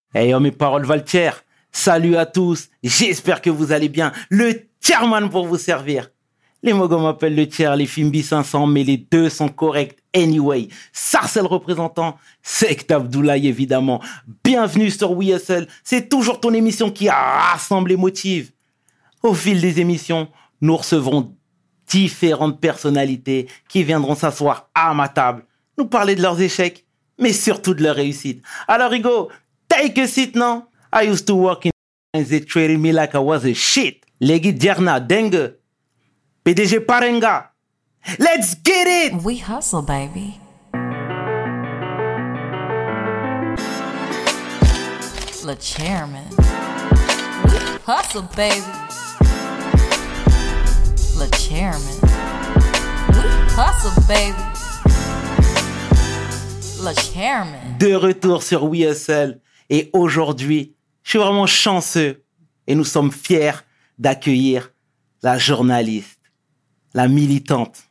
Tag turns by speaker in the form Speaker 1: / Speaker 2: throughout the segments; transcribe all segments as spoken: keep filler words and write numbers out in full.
Speaker 1: Hey, oh, mes paroles valent cher. Salut à tous. J'espère que vous allez bien. Le chairman pour vous servir. Les mogos m'appellent le tiers, les Fimbi cinq cents, mais les deux sont corrects anyway. Sarcel représentant, Sect Abdoulaye évidemment. Bienvenue sur We Hustle. C'est toujours ton émission qui rassemble et motive. Au fil des émissions, nous recevrons différentes personnalités qui viendront s'asseoir à ma table, nous parler de leurs échecs, mais surtout de leurs réussites. Alors Hugo, take a seat now. I used to work in and they treated me like I was a shit. Legi Djerna, Dengue. P D G Parenga. Let's get it!
Speaker 2: We hustle, baby. Le chairman. We hustle, baby. Le chairman. We hustle, baby. Le chairman.
Speaker 1: De retour sur We Hustle. Et aujourd'hui, je suis vraiment chanceux. Et nous sommes fiers d'accueillir la journaliste, la militante,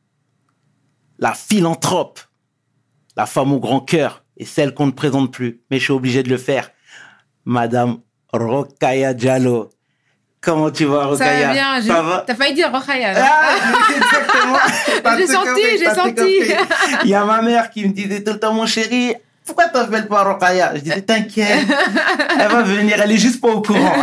Speaker 1: la philanthrope, la femme au grand cœur et celle qu'on ne présente plus, mais je suis obligé de le faire, Madame Rokhaya Diallo. Comment tu vas, Rokhaya?
Speaker 3: Ça va bien.
Speaker 1: Ça va?
Speaker 3: T'as failli dire Rokhaya.
Speaker 1: Ah, exactement.
Speaker 3: J'ai senti, j'ai senti.
Speaker 1: Il y a ma mère qui me disait tout le temps, mon chéri, pourquoi t'appelles pas Rokhaya? Je disais, t'inquiète, elle va venir, elle est juste pas au courant.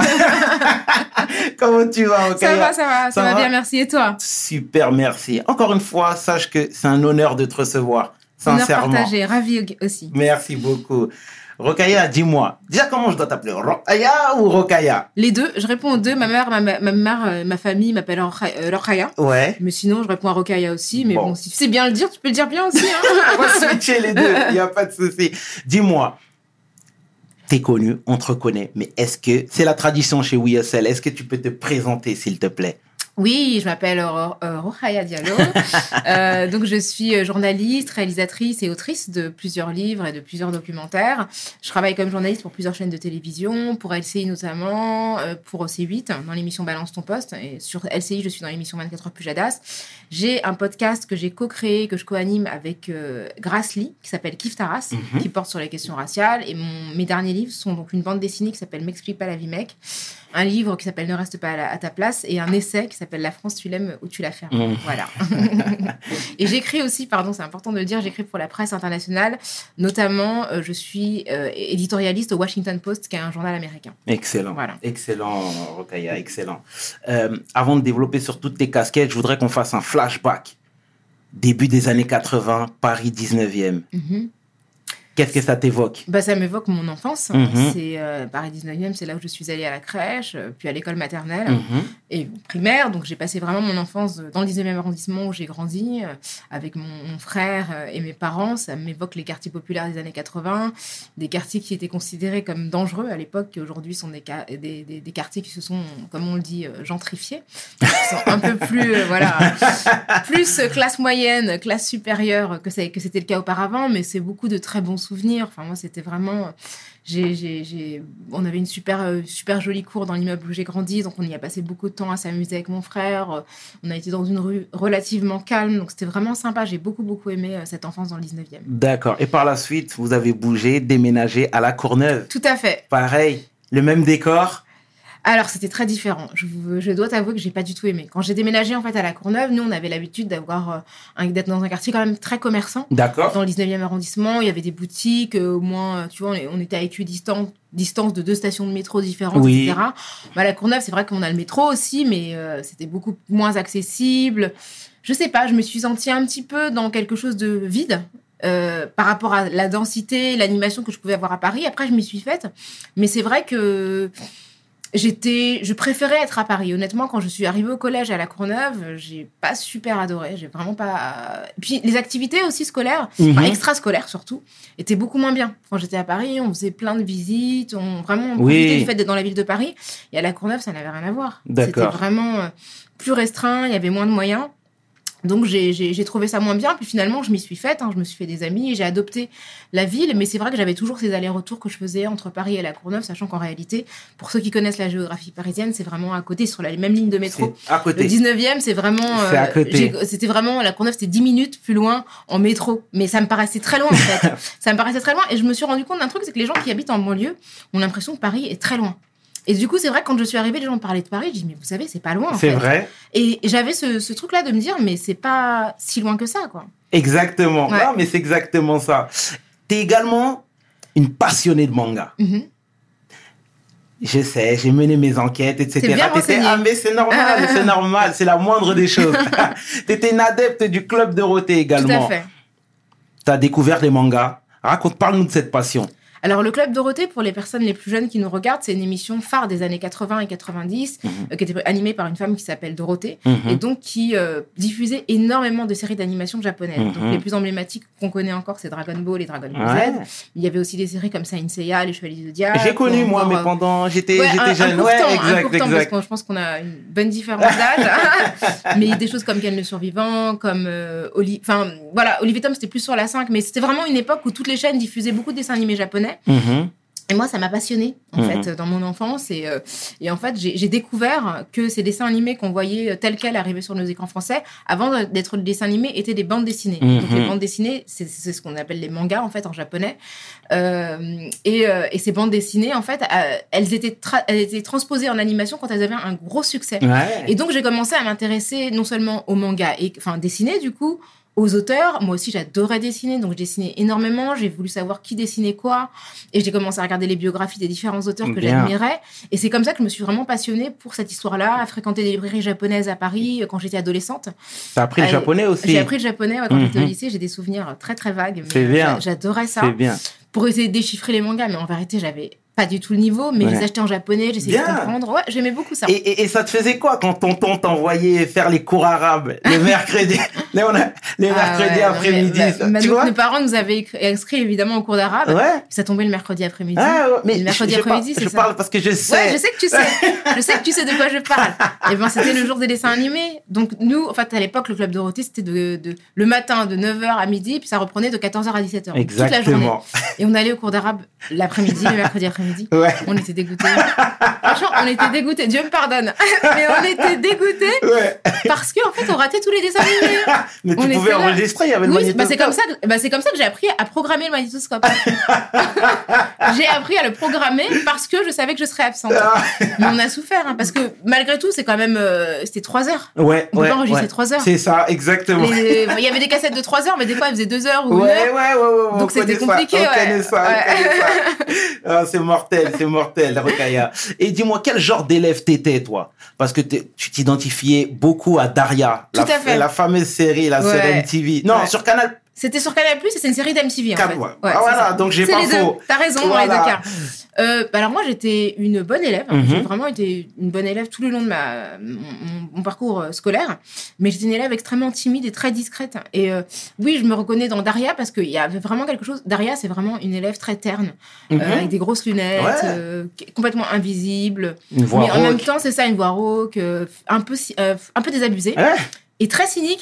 Speaker 1: Comment tu vas, Rokhaya?
Speaker 3: Ça va, ça va, ça, ça va, va bien, merci. Et toi?
Speaker 1: Super, merci. Encore une fois, sache que c'est un honneur de te recevoir. Sincèrement.
Speaker 3: Honneur partagé, ravi aussi.
Speaker 1: Merci beaucoup. Rokhaya, dis-moi, déjà comment je dois t'appeler? Rokhaya ou Rokhaya?
Speaker 3: Les deux, je réponds aux deux. Ma mère, ma, ma, mère, ma famille m'appelle Rokhaya.
Speaker 1: Ouais.
Speaker 3: Mais sinon, je réponds à Rokhaya aussi. Mais bon, bon si tu sais bien le dire, tu peux le dire bien aussi. Hein.
Speaker 1: On va switcher les deux, il n'y a pas de souci. Dis-moi, t'es connu, on te reconnaît, mais est-ce que, c'est la tradition chez We Hustle, est-ce que tu peux te présenter, s'il te plaît?
Speaker 3: Oui, je m'appelle euh, Rokhaya Diallo. euh, donc, je suis journaliste, réalisatrice et autrice de plusieurs livres et de plusieurs documentaires. Je travaille comme journaliste pour plusieurs chaînes de télévision, pour L C I notamment, euh, pour C huit, dans l'émission Balance ton poste. Et sur L C I, je suis dans l'émission vingt-quatre heures Pujadas. J'ai un podcast que j'ai co-créé, que je co-anime avec euh, Grassley, qui s'appelle Kif Taras, mm-hmm. qui porte sur les questions raciales. Et mon, mes derniers livres sont donc une bande dessinée qui s'appelle M'explique pas la vie, mec. Un livre qui s'appelle Ne reste pas à, la, à ta place et un essai qui s'appelle La France, tu l'aimes ou tu la fermes. Mmh. Voilà. Et j'écris aussi, pardon, c'est important de le dire, j'écris pour la presse internationale. Notamment, euh, je suis euh, éditorialiste au Washington Post, qui est un journal américain.
Speaker 1: Excellent.
Speaker 3: Voilà.
Speaker 1: Excellent, Rokhaya, excellent. Euh, avant de développer sur toutes tes casquettes, je voudrais qu'on fasse un flashback. Début des années quatre-vingts, Paris dix-neuvième. Mmh. Qu'est-ce que ça t'évoque?
Speaker 3: Bah, ça m'évoque mon enfance.
Speaker 1: Mm-hmm.
Speaker 3: C'est euh, Paris dix-neuvième, c'est là où je suis allée à la crèche, puis à l'école maternelle
Speaker 1: mm-hmm.
Speaker 3: et primaire. Donc, j'ai passé vraiment mon enfance dans le dix-neuvième arrondissement où j'ai grandi, euh, avec mon, mon frère et mes parents. Ça m'évoque les quartiers populaires des années quatre-vingts, des quartiers qui étaient considérés comme dangereux à l'époque, qui aujourd'hui sont des, des, des, des quartiers qui se sont, comme on le dit, gentrifiés. Qui sont un peu plus, euh, voilà, plus classe moyenne, classe supérieure que, que c'était le cas auparavant, mais c'est beaucoup de très bons souvenirs. Enfin, moi, c'était vraiment... J'ai, j'ai, j'ai... On avait une super, euh, super jolie cour dans l'immeuble où j'ai grandi, donc on y a passé beaucoup de temps à s'amuser avec mon frère. On a été dans une rue relativement calme, donc c'était vraiment sympa. J'ai beaucoup, beaucoup aimé euh, cette enfance dans le dix-neuvième.
Speaker 1: D'accord. Et par la suite, vous avez bougé, déménagé à La Courneuve.
Speaker 3: Tout à fait.
Speaker 1: Pareil, le même décor?
Speaker 3: Alors, c'était très différent. Je, je dois t'avouer que j'ai pas du tout aimé. Quand j'ai déménagé en fait à La Courneuve, nous, on avait l'habitude d'avoir euh, un, d'être dans un quartier quand même très commerçant.
Speaker 1: D'accord.
Speaker 3: Dans le dix-neuvième arrondissement, il y avait des boutiques, euh, au moins, tu vois, on, on était à équidistance distance de deux stations de métro différentes, oui. et cetera. Bah, à La Courneuve, c'est vrai qu'on a le métro aussi, mais euh, c'était beaucoup moins accessible. Je sais pas, je me suis sentie un petit peu dans quelque chose de vide. Euh, par rapport à la densité, l'animation que je pouvais avoir à Paris. Après, je m'y suis faite. Mais c'est vrai que j'étais, je préférais être à Paris. Honnêtement, quand je suis arrivée au collège à La Courneuve, j'ai pas super adoré. J'ai vraiment pas. Puis les activités aussi scolaires, mm-hmm. enfin extrascolaires surtout, étaient beaucoup moins bien. Quand j'étais à Paris, on faisait plein de visites, on vraiment on profitait oui. du fait d'être dans la ville de Paris. Et à La Courneuve, ça n'avait rien à voir.
Speaker 1: D'accord.
Speaker 3: C'était vraiment plus restreint. Il y avait moins de moyens. Donc, j'ai, j'ai, j'ai trouvé ça moins bien. Puis finalement, je m'y suis faite. Hein, je me suis fait des amis et j'ai adopté la ville. Mais c'est vrai que j'avais toujours ces allers-retours que je faisais entre Paris et la Courneuve, sachant qu'en réalité, pour ceux qui connaissent la géographie parisienne, c'est vraiment à côté, sur la même ligne de métro.
Speaker 1: C'est à côté.
Speaker 3: Le dix-neuvième, c'est vraiment...
Speaker 1: C'est à côté.
Speaker 3: j'ai, c'était vraiment... La Courneuve, c'était dix minutes plus loin en métro. Mais ça me paraissait très loin, en fait. Ça me paraissait très loin. Et je me suis rendu compte d'un truc, c'est que les gens qui habitent en banlieue ont l'impression que Paris est très loin. Et du coup, c'est vrai que quand je suis arrivée, les gens me parlaient de Paris. Je dis, mais vous savez, c'est pas loin, en
Speaker 1: C'est
Speaker 3: fait.
Speaker 1: vrai.
Speaker 3: Et j'avais ce, ce truc-là de me dire, mais c'est pas si loin que ça, quoi.
Speaker 1: Exactement.
Speaker 3: Ouais.
Speaker 1: Non, mais c'est exactement ça. T'es également une passionnée de manga.
Speaker 3: Mm-hmm.
Speaker 1: Je sais, j'ai mené mes enquêtes, et cetera.
Speaker 3: T'es bien
Speaker 1: T'étais-
Speaker 3: renseigné.
Speaker 1: ah, mais c'est normal, c'est normal, c'est la moindre des choses. T'étais une adepte du Club Dorothée
Speaker 3: Tout
Speaker 1: également.
Speaker 3: à fait.
Speaker 1: T'as découvert les mangas. Raconte, parle-nous de cette passion.
Speaker 3: Alors, le Club Dorothée, pour les personnes les plus jeunes qui nous regardent, c'est une émission phare des années quatre-vingts et quatre-vingt-dix,
Speaker 1: Mhm.
Speaker 3: euh, qui était animée par une femme qui s'appelle Dorothée,
Speaker 1: Mhm.
Speaker 3: et donc qui euh, diffusait énormément de séries d'animation japonaises.
Speaker 1: Mhm.
Speaker 3: Donc, les plus emblématiques qu'on connaît encore, c'est Dragon Ball et Dragon Ball
Speaker 1: Ouais.
Speaker 3: Z. Il y avait aussi des séries comme Saint Seiya, Les Chevaliers du Zodiac.
Speaker 1: J'ai connu,
Speaker 3: ou
Speaker 1: moi,
Speaker 3: encore,
Speaker 1: mais
Speaker 3: euh,
Speaker 1: pendant. J'étais
Speaker 3: Ouais,
Speaker 1: j'étais
Speaker 3: un,
Speaker 1: jeune.
Speaker 3: un court
Speaker 1: Ouais,
Speaker 3: temps, un
Speaker 1: exact,
Speaker 3: court temps, parce
Speaker 1: exact.
Speaker 3: que je pense qu'on a une bonne différence d'âge. Mais des choses comme Ken le Survivant, comme euh, Oli... Enfin, voilà, Olivier Tom, c'était plus sur la cinq, mais c'était vraiment une époque où toutes les chaînes diffusaient beaucoup de dessins animés japonais.
Speaker 1: Mhm.
Speaker 3: Et moi, ça m'a passionnée, en
Speaker 1: Mhm.
Speaker 3: fait, dans mon enfance. Et, euh, et en fait, j'ai, j'ai découvert que ces dessins animés qu'on voyait tels quels arriver sur nos écrans français, avant de- d'être des dessins animés, étaient des bandes dessinées.
Speaker 1: Mhm.
Speaker 3: Donc, les bandes dessinées, c'est, c'est ce qu'on appelle les mangas, en fait, en japonais. Euh, et, euh, et ces bandes dessinées, en fait, euh, elles, étaient tra- elles étaient transposées en animation quand elles avaient un gros succès.
Speaker 1: Ouais.
Speaker 3: Et donc, j'ai commencé à m'intéresser non seulement aux mangas, et, enfin, dessinés, du coup, aux auteurs. Moi aussi, j'adorais dessiner, donc je dessinais énormément. J'ai voulu savoir qui dessinait quoi. Et j'ai commencé à regarder les biographies des différents auteurs que
Speaker 1: Bien.
Speaker 3: j'admirais. Et c'est comme ça que je me suis vraiment passionnée pour cette histoire-là, à fréquenter des librairies japonaises à Paris euh, quand j'étais adolescente.
Speaker 1: T'as appris le
Speaker 3: Euh,
Speaker 1: japonais aussi.
Speaker 3: J'ai appris le japonais ouais, quand
Speaker 1: Mhm.
Speaker 3: j'étais au lycée. J'ai des souvenirs très, très vagues. mais
Speaker 1: C'est bien.
Speaker 3: j'a- J'adorais ça.
Speaker 1: C'est bien.
Speaker 3: Pour essayer de déchiffrer les mangas. Mais en vérité, j'avais pas du tout le niveau. Mais
Speaker 1: Ouais.
Speaker 3: je les achetais en japonais, j'essayais de
Speaker 1: Bien.
Speaker 3: comprendre. Ouais, j'aimais beaucoup ça.
Speaker 1: Et, et, et ça te faisait quoi quand tonton t'envoyait faire les cours arabes les mercredis, les, on a- les
Speaker 3: Ah
Speaker 1: mercredis
Speaker 3: ouais,
Speaker 1: après-midi,
Speaker 3: mais-
Speaker 1: ça,
Speaker 3: bah,
Speaker 1: tu
Speaker 3: nos-
Speaker 1: vois?
Speaker 3: Nos parents nous avaient écrit- inscrits évidemment au cours d'arabe.
Speaker 1: Ouais.
Speaker 3: Ça tombait le mercredi après-midi.
Speaker 1: Ah, ouais, mais
Speaker 3: Et le mercredi
Speaker 1: je, je
Speaker 3: après-midi,
Speaker 1: parle,
Speaker 3: c'est
Speaker 1: je
Speaker 3: ça.
Speaker 1: parle parce que je sais.
Speaker 3: Ouais, je sais que tu sais. Je sais que tu sais de quoi je parle. Et ben, c'était le jour des dessins animés. Donc, nous, en fait, à l'époque, le Club Dorothée, c'était de, de, le matin de neuf heures à midi, puis ça reprenait de quatorze heures à dix-sept heures. Donc, toute la journée.
Speaker 1: Exactement.
Speaker 3: Et on allait au cours d'arabe l'après-midi, le mercredi après-midi.
Speaker 1: Ouais.
Speaker 3: On était dégoûtés. Franchement, on était dégoûtés. Dieu me pardonne. Mais on était dégoûtés
Speaker 1: Ouais.
Speaker 3: parce qu'en fait, on ratait tous les dessins animés.
Speaker 1: Mais tu
Speaker 3: On
Speaker 1: pouvais
Speaker 3: était là.
Speaker 1: enregistrer, il y avait le
Speaker 3: Oui, bah
Speaker 1: magnétoscope.
Speaker 3: c'est comme ça que bah c'est comme ça que j'ai appris à programmer le magnétoscope. J'ai appris à le programmer parce que je savais que je serais absente.
Speaker 1: Ah.
Speaker 3: Mais on a souffert hein, parce que malgré tout, c'est quand même euh, c'était trois heures.
Speaker 1: Ouais,
Speaker 3: On peut
Speaker 1: ouais,
Speaker 3: pas enregistrer
Speaker 1: ouais.
Speaker 3: trois heures.
Speaker 1: C'est ça, exactement.
Speaker 3: Les- Il y avait des cassettes de trois heures, mais des fois, elles faisaient deux heures ou
Speaker 1: Ouais,
Speaker 3: une
Speaker 1: ouais,
Speaker 3: heure.
Speaker 1: ouais, ouais, ouais,
Speaker 3: Donc,
Speaker 1: on
Speaker 3: c'était
Speaker 1: connaît ça,
Speaker 3: compliqué,
Speaker 1: on
Speaker 3: ouais.
Speaker 1: connaît ça, on
Speaker 3: Ouais.
Speaker 1: connaît ça. Ah, c'est mortel, c'est mortel, Rokhaya. Et dis-moi, quel genre d'élève t'étais, toi? Parce que t'es- tu t'identifiais beaucoup à Daria.
Speaker 3: Tout
Speaker 1: la,
Speaker 3: à fait.
Speaker 1: La fameuse série, là, sur
Speaker 3: Ouais.
Speaker 1: M T V. Non,
Speaker 3: Ouais.
Speaker 1: sur Canal
Speaker 3: C'était sur Canal+, et c'est une série d'M T V, en
Speaker 1: quatre.
Speaker 3: fait.
Speaker 1: Ouais.
Speaker 3: Ouais,
Speaker 1: Ah,
Speaker 3: c'est
Speaker 1: voilà,
Speaker 3: ça.
Speaker 1: donc j'ai
Speaker 3: C'est
Speaker 1: pas
Speaker 3: les deux.
Speaker 1: faux.
Speaker 3: T'as raison
Speaker 1: Voilà.
Speaker 3: dans les deux cas. Euh, bah alors moi, j'étais une bonne élève.
Speaker 1: Mhm.
Speaker 3: J'ai vraiment été une bonne élève tout le long de ma, mon, mon- mon parcours euh, scolaire. Mais j'étais une élève extrêmement timide et très discrète. Et euh, oui, je me reconnais dans Daria parce qu'il y avait vraiment quelque chose. Daria, c'est vraiment une élève très terne,
Speaker 1: Mhm.
Speaker 3: euh, avec des grosses lunettes,
Speaker 1: Ouais.
Speaker 3: euh, qui est complètement invisible.
Speaker 1: Une voix
Speaker 3: Mais en même
Speaker 1: rauque.
Speaker 3: temps, c'est ça, une voix rauque, euh, un peu, si- euh, un peu désabusée
Speaker 1: Ouais.
Speaker 3: et très cynique.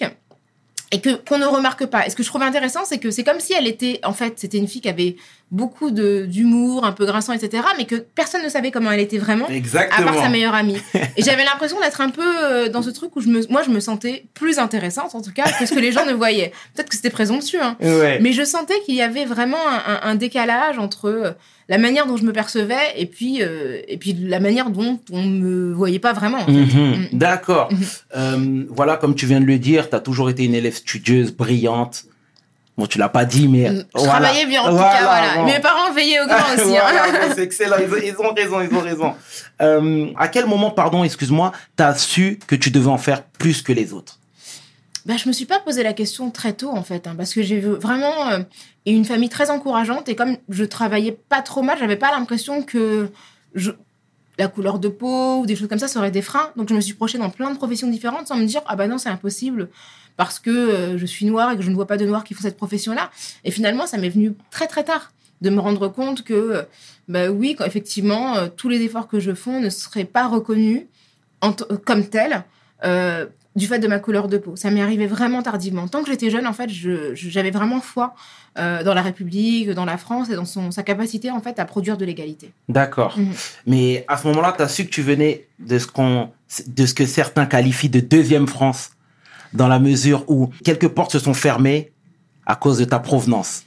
Speaker 3: Et que qu'on ne remarque pas. Et ce que je trouvais intéressant, c'est que c'est comme si elle était, en fait, c'était une fille qui avait beaucoup de d'humour, un peu grinçant, et cetera, mais que personne ne savait comment elle était vraiment, à
Speaker 1: Exactement.
Speaker 3: part sa meilleure amie. Et j'avais l'impression d'être un peu euh, dans ce truc où je me, moi, je me sentais plus intéressante, en tout cas, que ce que les gens ne voyaient. Peut-être que c'était présomptueux, hein.
Speaker 1: Ouais.
Speaker 3: Mais je sentais qu'il y avait vraiment un, un- un décalage entre euh, la manière dont je me percevais et puis, euh, et puis la manière dont on me voyait pas vraiment, en fait.
Speaker 1: Mhm.
Speaker 3: Mm.
Speaker 1: D'accord.
Speaker 3: Mhm.
Speaker 1: Euh, voilà, comme tu viin de le dire, tu as toujours été une élève studieuse, brillante. Bon, tu l'as pas dit, mais
Speaker 3: Je
Speaker 1: voilà.
Speaker 3: travaillais bien, en tout
Speaker 1: Voilà,
Speaker 3: cas, voilà.
Speaker 1: bon.
Speaker 3: Mes parents veillaient au grand aussi, hein.
Speaker 1: Voilà, bon, c'est excellent, ils ont, ils ont raison, ils ont raison. Euh, à quel moment, pardon, excuse-moi, t'as su que tu devais en faire plus que les autres?
Speaker 3: Bah, je me suis pas posé la question très tôt, en fait, hein, parce que j'ai vu vraiment euh, une famille très encourageante, et comme je travaillais pas trop mal, j'avais pas l'impression que je... la couleur de peau ou des choses comme ça seraient des freins. Donc, je me suis projetée dans plein de professions différentes sans me dire, ah bah non, c'est impossible, parce que euh, je suis noire et que je ne vois pas de noirs qui font cette profession-là. Et finalement, ça m'est venu très, très tard de me rendre compte que, euh, bah oui, quand effectivement, euh, tous les efforts que je fais ne seraient pas reconnus en t- comme tels, euh, du fait de ma couleur de peau. Ça m'est arrivé vraiment tardivement. Tant que j'étais jeune, en fait, je, je- j'avais vraiment foi euh, dans la République, dans la France et dans son, sa capacité, en fait, à produire de l'égalité.
Speaker 1: D'accord.
Speaker 3: Mhm.
Speaker 1: Mais à ce moment-là, tu as su que tu venais de ce, qu'on, de ce que certains qualifient de deuxième France, dans la mesure où quelques portes se sont fermées à cause de ta provenance.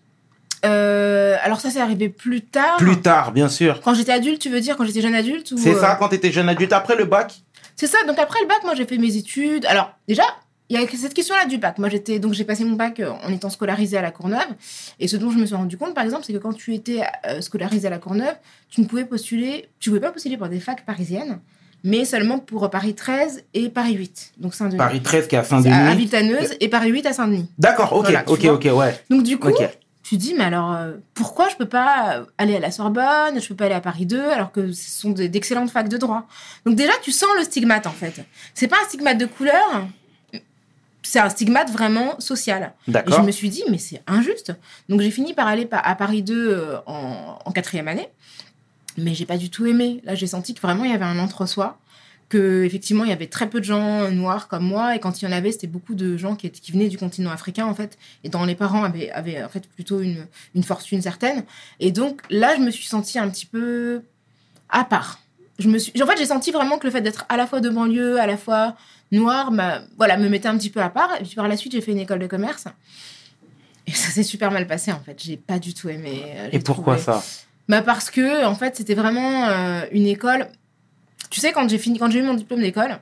Speaker 3: Euh, alors ça, c'est arrivé plus tard.
Speaker 1: Plus tard, bien sûr.
Speaker 3: Quand j'étais adulte, tu veux dire, quand j'étais jeune adulte ou,
Speaker 1: C'est
Speaker 3: euh,
Speaker 1: ça, quand tu étais jeune adulte, après le bac?
Speaker 3: C'est ça. Donc après le bac, moi, j'ai fait mes études. Alors déjà, il y a cette question-là du bac. Moi, j'étais donc j'ai passé mon bac euh, en étant scolarisée à la Courneuve. Et ce dont je me suis rendu compte, par exemple, c'est que quand tu étais euh, scolarisée à la Courneuve, tu ne pouvais postuler, tu pouvais pas postuler pour des facs parisiennes, mais seulement pour Paris treize et Paris huit. Donc Saint-Denis.
Speaker 1: Paris treize qui est à
Speaker 3: à, à
Speaker 1: Saint-Denis.
Speaker 3: Villetaneuse et Paris huit à Saint-Denis.
Speaker 1: D'accord, ok,
Speaker 3: Voilà, tu
Speaker 1: ok,
Speaker 3: vois.
Speaker 1: ok, ouais.
Speaker 3: Donc du coup,
Speaker 1: Ok.
Speaker 3: tu te dis, mais alors, euh, pourquoi je peux pas euh, aller à la Sorbonne, je peux pas aller à Paris deux, alors que ce sont de- d'excellentes facs de droit. Donc déjà, tu sens le stigmate, en fait. C'est pas un stigmate de couleur, c'est un stigmate vraiment social. Et je
Speaker 1: D'accord.
Speaker 3: me suis dit, mais c'est injuste. Donc j'ai fini par aller pa- à Paris deux euh, en, en quatrième année, mais j'ai pas du tout aimé. Là, j'ai senti que vraiment, il y avait un entre-soi, que effectivement il y avait très peu de gens noirs comme moi, et quand il y en avait, c'était beaucoup de gens qui, étaient- qui venaient du continent africain, en fait, et dont les parents avaient, avaient en fait plutôt une, une fortune certaine. Et donc là, je me suis sentie un petit peu à part. Je me suis... En fait, j'ai senti vraiment que le fait d'être à la fois de banlieue, à la fois noire, bah, voilà, me mettait un petit peu à part. Et puis par la suite, j'ai fait une école de commerce. Et ça s'est super mal passé, en fait. J'ai pas du tout aimé. euh, j'ai
Speaker 1: Et pourquoi
Speaker 3: trouvé-
Speaker 1: ça?
Speaker 3: Bah parce que, en fait, c'était vraiment euh, une école... Tu sais, quand j'ai fini, quand j'ai eu mon diplôme d'école,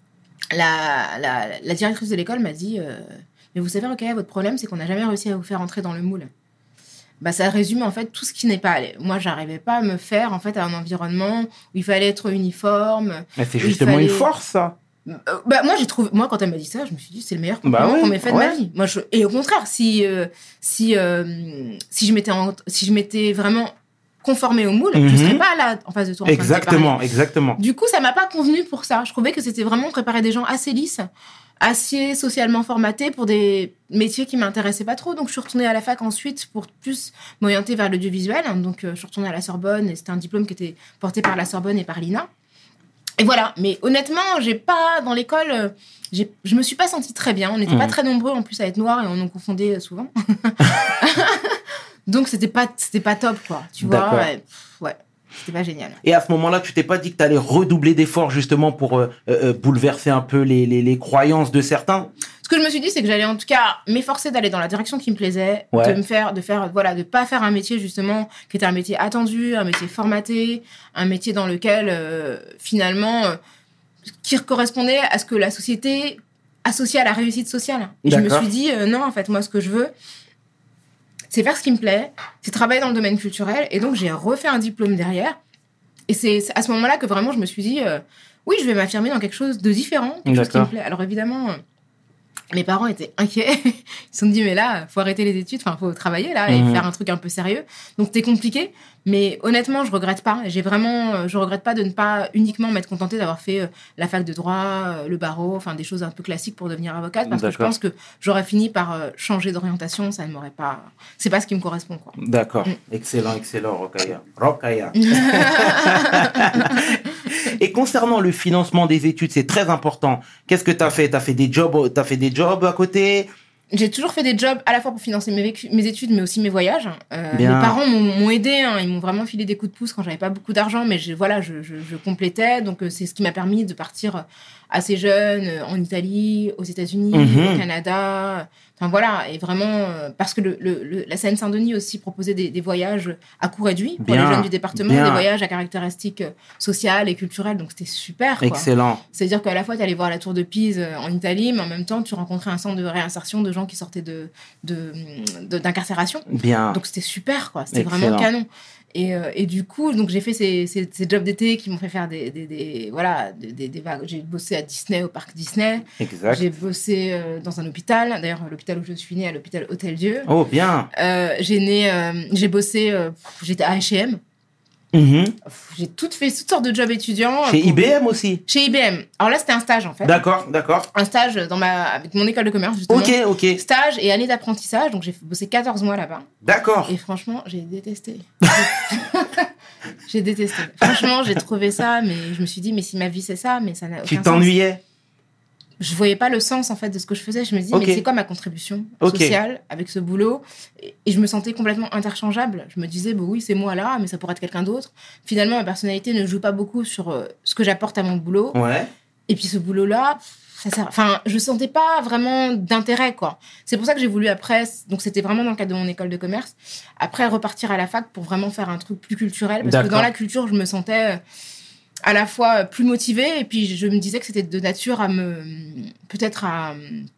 Speaker 3: la, la, la directrice de l'école m'a dit euh, mais vous savez, Rokhaya, votre problème, c'est qu'on n'a jamais réussi à vous faire entrer dans le moule. Bah, ça résume en fait tout ce qui n'est pas allé. Moi, j'arrivais pas à me faire en fait à un environnement où il fallait être uniforme.
Speaker 1: Mais c'est
Speaker 3: Il
Speaker 1: justement
Speaker 3: fallait-
Speaker 1: une force, ça.
Speaker 3: Euh, bah, moi, j'ai trouvé. Moi, quand elle m'a dit ça, je me suis dit c'est le meilleur compliment
Speaker 1: Bah oui,
Speaker 3: qu'on m'ait fait de
Speaker 1: ouais.
Speaker 3: ma vie. Moi, je... Et au contraire, si euh, si euh, si je m'étais en- si je m'étais vraiment conformée au moule, je
Speaker 1: Mhm.
Speaker 3: serais pas là en face de toi. En train de te parler.
Speaker 1: Exactement, exactement.
Speaker 3: Du coup, ça m'a pas convenu pour ça. Je trouvais que c'était vraiment préparer des gens assez lisses, assez socialement formatés pour des métiers qui m'intéressaient pas trop. Donc, je suis retournée à la fac ensuite pour plus m'orienter vers l'audiovisuel. Donc, euh, je suis retournée à la Sorbonne et c'était un diplôme qui était porté par la Sorbonne et par l'I N A. Et voilà. Mais honnêtement, j'ai pas, dans l'école, euh, j'ai, je me suis pas sentie très bien. On n'était
Speaker 1: Mhm.
Speaker 3: pas très nombreux en plus à être noirs et on nous confondait souvent. Donc, c'était pas, c'était pas top, quoi. Tu vois.
Speaker 1: D'accord.
Speaker 3: Ouais, pff, ouais. C'était pas génial.
Speaker 1: Et à ce moment-là, tu t'es pas dit que tu allais redoubler d'efforts justement pour euh, euh, bouleverser un peu les, les, les croyances de certains?
Speaker 3: Ce que je me suis dit, c'est que j'allais en tout cas m'efforcer d'aller dans la direction qui me plaisait,
Speaker 1: Ouais.
Speaker 3: de me faire, de faire, voilà, de pas faire un métier justement qui était un métier attendu, un métier formaté, un métier dans lequel euh, finalement euh, qui correspondait à ce que la société associe à la réussite sociale. Et je me
Speaker 1: D'accord.
Speaker 3: suis dit euh, non, en fait, moi, ce que je veux, c'est faire ce qui me plaît, c'est travailler dans le domaine culturel, et donc j'ai refait un diplôme derrière. Et c'est c'est à ce moment-là que vraiment je me suis dit, euh, oui, je vais m'affirmer dans quelque chose de différent, quelque chose qui me
Speaker 1: D'accord.
Speaker 3: plaît. Alors évidemment, euh, mes parents étaient inquiets. Ils se sont dit, mais là, faut arrêter les études, enfin, faut travailler là et
Speaker 1: Mhm.
Speaker 3: faire un truc un peu sérieux. Donc c'était compliqué, mais honnêtement, je regrette pas. J'ai vraiment, euh, je regrette pas de ne pas uniquement m'être contentée d'avoir fait euh, la fac de droit, euh, le barreau, enfin des choses un peu classiques pour devenir avocate, parce que je
Speaker 1: D'accord.
Speaker 3: pense que j'aurais fini par euh, changer d'orientation. Ça ne m'aurait pas, c'est pas ce qui me correspond, quoi.
Speaker 1: D'accord.
Speaker 3: Mm.
Speaker 1: Excellent, excellent, Rokhaya. Rokhaya. Et concernant le financement des études, c'est très important. Qu'est-ce que tu as fait? Tu as fait des jobs, t'as fait des jobs à côté?
Speaker 3: J'ai toujours fait des jobs à la fois pour financer mes, vécu- mes études, mais aussi mes voyages. Euh, mes
Speaker 1: Bien.
Speaker 3: parents m'ont m'ont aidé, hein, ils m'ont vraiment filé des coups de pouce quand j'avais pas beaucoup d'argent, mais je, voilà, je, je, je complétais. Donc euh, c'est ce qui m'a permis de partir assez jeune euh, en Italie, aux États-Unis,
Speaker 1: Mhm.
Speaker 3: au Canada. Enfin voilà, et vraiment euh, parce que le, le, le- la Seine-Saint-Denis aussi proposait des, des voyages à coût réduit pour
Speaker 1: Bien.
Speaker 3: les jeunes du département,
Speaker 1: Bien.
Speaker 3: des voyages à caractéristiques euh, sociales et culturelles. Donc c'était super, quoi.
Speaker 1: Excellent.
Speaker 3: C'est-à-dire qu'à la fois, tu allais voir la tour de Pise euh, en Italie, mais en même temps, tu rencontrais un centre de réinsertion de gens qui sortaient de, de, de- d'incarcération.
Speaker 1: Bien.
Speaker 3: Donc, c'était super, quoi. C'était
Speaker 1: Excellent.
Speaker 3: vraiment canon. Et, euh, et du coup, donc, j'ai fait ces, ces, ces jobs d'été qui m'ont fait faire des... des, des- voilà, des, des, des vagues. J'ai bossé à Disney, au parc Disney.
Speaker 1: Exact.
Speaker 3: J'ai bossé euh, dans un hôpital. D'ailleurs, l'hôpital où je suis née, à l'hôpital Hôtel-Dieu.
Speaker 1: Oh, bien.
Speaker 3: Euh, j'ai, né, euh, j'ai bossé... euh, j'étais à H et M.
Speaker 1: Mhm.
Speaker 3: J'ai toutes fait toutes sortes de jobs étudiants.
Speaker 1: Chez
Speaker 3: pour-
Speaker 1: I B M aussi?
Speaker 3: Chez I B M. Alors là, c'était un stage, en fait.
Speaker 1: D'accord, d'accord.
Speaker 3: Un stage dans ma, avec mon école de commerce, justement.
Speaker 1: Ok, ok.
Speaker 3: Stage et année d'apprentissage. Donc, j'ai bossé quatorze mois là-bas.
Speaker 1: D'accord.
Speaker 3: Et franchement, j'ai détesté. j'ai détesté. Franchement, j'ai trouvé ça, mais je me suis dit, mais si ma vie c'est ça, mais ça n'a aucun
Speaker 1: Tu
Speaker 3: sens.
Speaker 1: t'ennuyais?
Speaker 3: je voyais pas le sens en fait de ce que je faisais. Je me disais
Speaker 1: Okay.
Speaker 3: mais c'est quoi ma contribution
Speaker 1: Okay.
Speaker 3: sociale avec ce boulot, et, et je me sentais complètement interchangeable. Je me disais bah oui c'est moi là, mais ça pourrait être quelqu'un d'autre. Finalement ma personnalité ne joue pas beaucoup sur euh, ce que j'apporte à mon boulot.
Speaker 1: Ouais.
Speaker 3: Et puis ce boulot là, ça sert. Enfin je sentais pas vraiment d'intérêt quoi. C'est pour ça que j'ai voulu après, donc c'était vraiment dans le cadre de mon école de commerce. Après repartir à la fac pour vraiment faire un truc plus culturel parce
Speaker 1: D'accord.
Speaker 3: que dans la culture je me sentais à la fois plus motivée et puis je me disais que c'était de nature à me peut-être à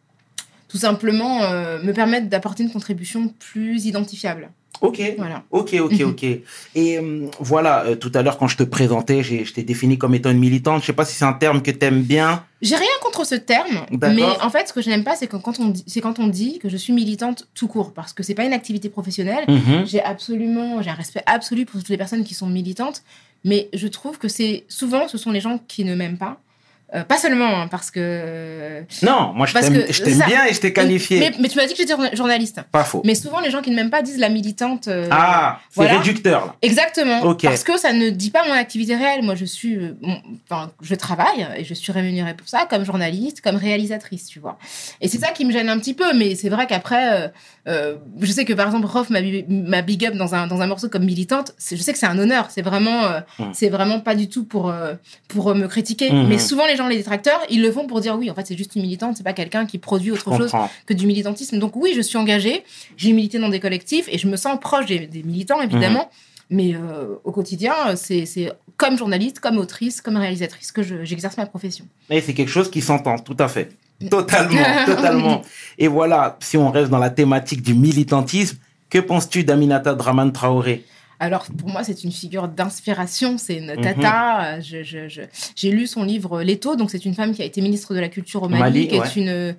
Speaker 3: tout simplement euh, me permettre d'apporter une contribution plus identifiable.
Speaker 1: Ok.
Speaker 3: Voilà.
Speaker 1: Ok, ok, ok. Et euh, voilà, euh, tout à l'heure quand je te présentais, j'ai, je t'ai défini comme étant une militante. Je sais pas si c'est un terme que t'aimes bien.
Speaker 3: J'ai rien contre ce terme,
Speaker 1: D'accord.
Speaker 3: mais en fait ce que je n'aime pas c'est quand, quand on dit, c'est quand on dit que je suis militante tout court parce que c'est pas une activité professionnelle.
Speaker 1: Mhm.
Speaker 3: J'ai absolument, j'ai un respect absolu pour toutes les personnes qui sont militantes, mais je trouve que c'est souvent ce sont les gens qui ne m'aiment pas. Euh, pas seulement hein, parce que
Speaker 1: Non, moi je
Speaker 3: Parce
Speaker 1: t'aime,
Speaker 3: que
Speaker 1: je t'aime
Speaker 3: ça-
Speaker 1: bien et je t'ai qualifié.
Speaker 3: mais, mais tu m'as dit que j'étais journa- journaliste.
Speaker 1: Pas faux.
Speaker 3: Mais souvent les gens qui ne m'aiment pas disent la militante. euh,
Speaker 1: Ah, c'est
Speaker 3: voilà.
Speaker 1: réducteur là.
Speaker 3: Exactement.
Speaker 1: Ok.
Speaker 3: Parce que ça ne dit pas mon activité réelle. Moi, je suis, euh, bon, enfin, je travaille et je suis rémunérée pour ça, comme journaliste, comme réalisatrice, tu vois. Et c'est ça qui me gêne un petit peu. Mais c'est vrai qu'après, euh, euh, je sais que par exemple, Rof m'a, bi- m'a big up dans un dans un morceau comme militante. C'est, je sais que c'est un honneur. C'est vraiment, euh,
Speaker 1: Mm.
Speaker 3: c'est vraiment pas du tout pour euh, pour me critiquer.
Speaker 1: Mhm.
Speaker 3: Mais souvent, les gens, les détracteurs, ils le font pour dire oui, en fait, c'est juste une militante. C'est pas quelqu'un qui produit autre
Speaker 1: Je
Speaker 3: chose
Speaker 1: comprends.
Speaker 3: que du militantisme. Donc oui, je suis engagée, j'ai milité dans des collectifs et je me sens proche des, des militants, évidemment. Mais euh, au quotidien, c'est, c'est comme journaliste, comme autrice, comme réalisatrice que je, j'exerce ma profession.
Speaker 1: Et c'est quelque chose qui s'entend, tout à fait. Totalement, totalement. Et voilà, si on reste dans la thématique du militantisme, que penses-tu d'Aminata Dramane Traoré?
Speaker 3: Alors, pour moi, c'est une figure d'inspiration, c'est une tata. Mm-hmm. Je, je, je, j'ai lu son livre Leto, donc c'est une femme qui a été ministre de la Culture au Mali, Mali qui ouais. est une,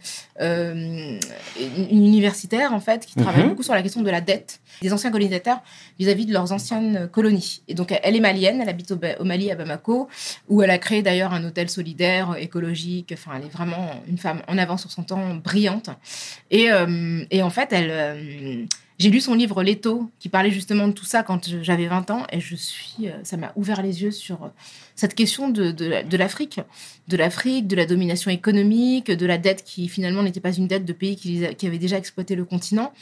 Speaker 3: euh, une universitaire, en fait, qui mm-hmm. travaille beaucoup sur la question de la dette des anciens colonisateurs vis-à-vis de leurs anciennes colonies. Et donc, elle est malienne, elle habite au, au Mali, à Bamako, où elle a créé d'ailleurs un hôtel solidaire, écologique. Enfin, elle est vraiment une femme en avance sur son temps, brillante. Et, euh, et en fait, elle... Euh, J'ai lu son livre Leto, qui parlait justement de tout ça quand j'avais vingt ans, et je suis, ça m'a ouvert les yeux sur cette question de, de, de l'Afrique, de l'Afrique, de la domination économique, de la dette qui finalement n'était pas une dette de pays qui, qui avaient déjà exploité le continent.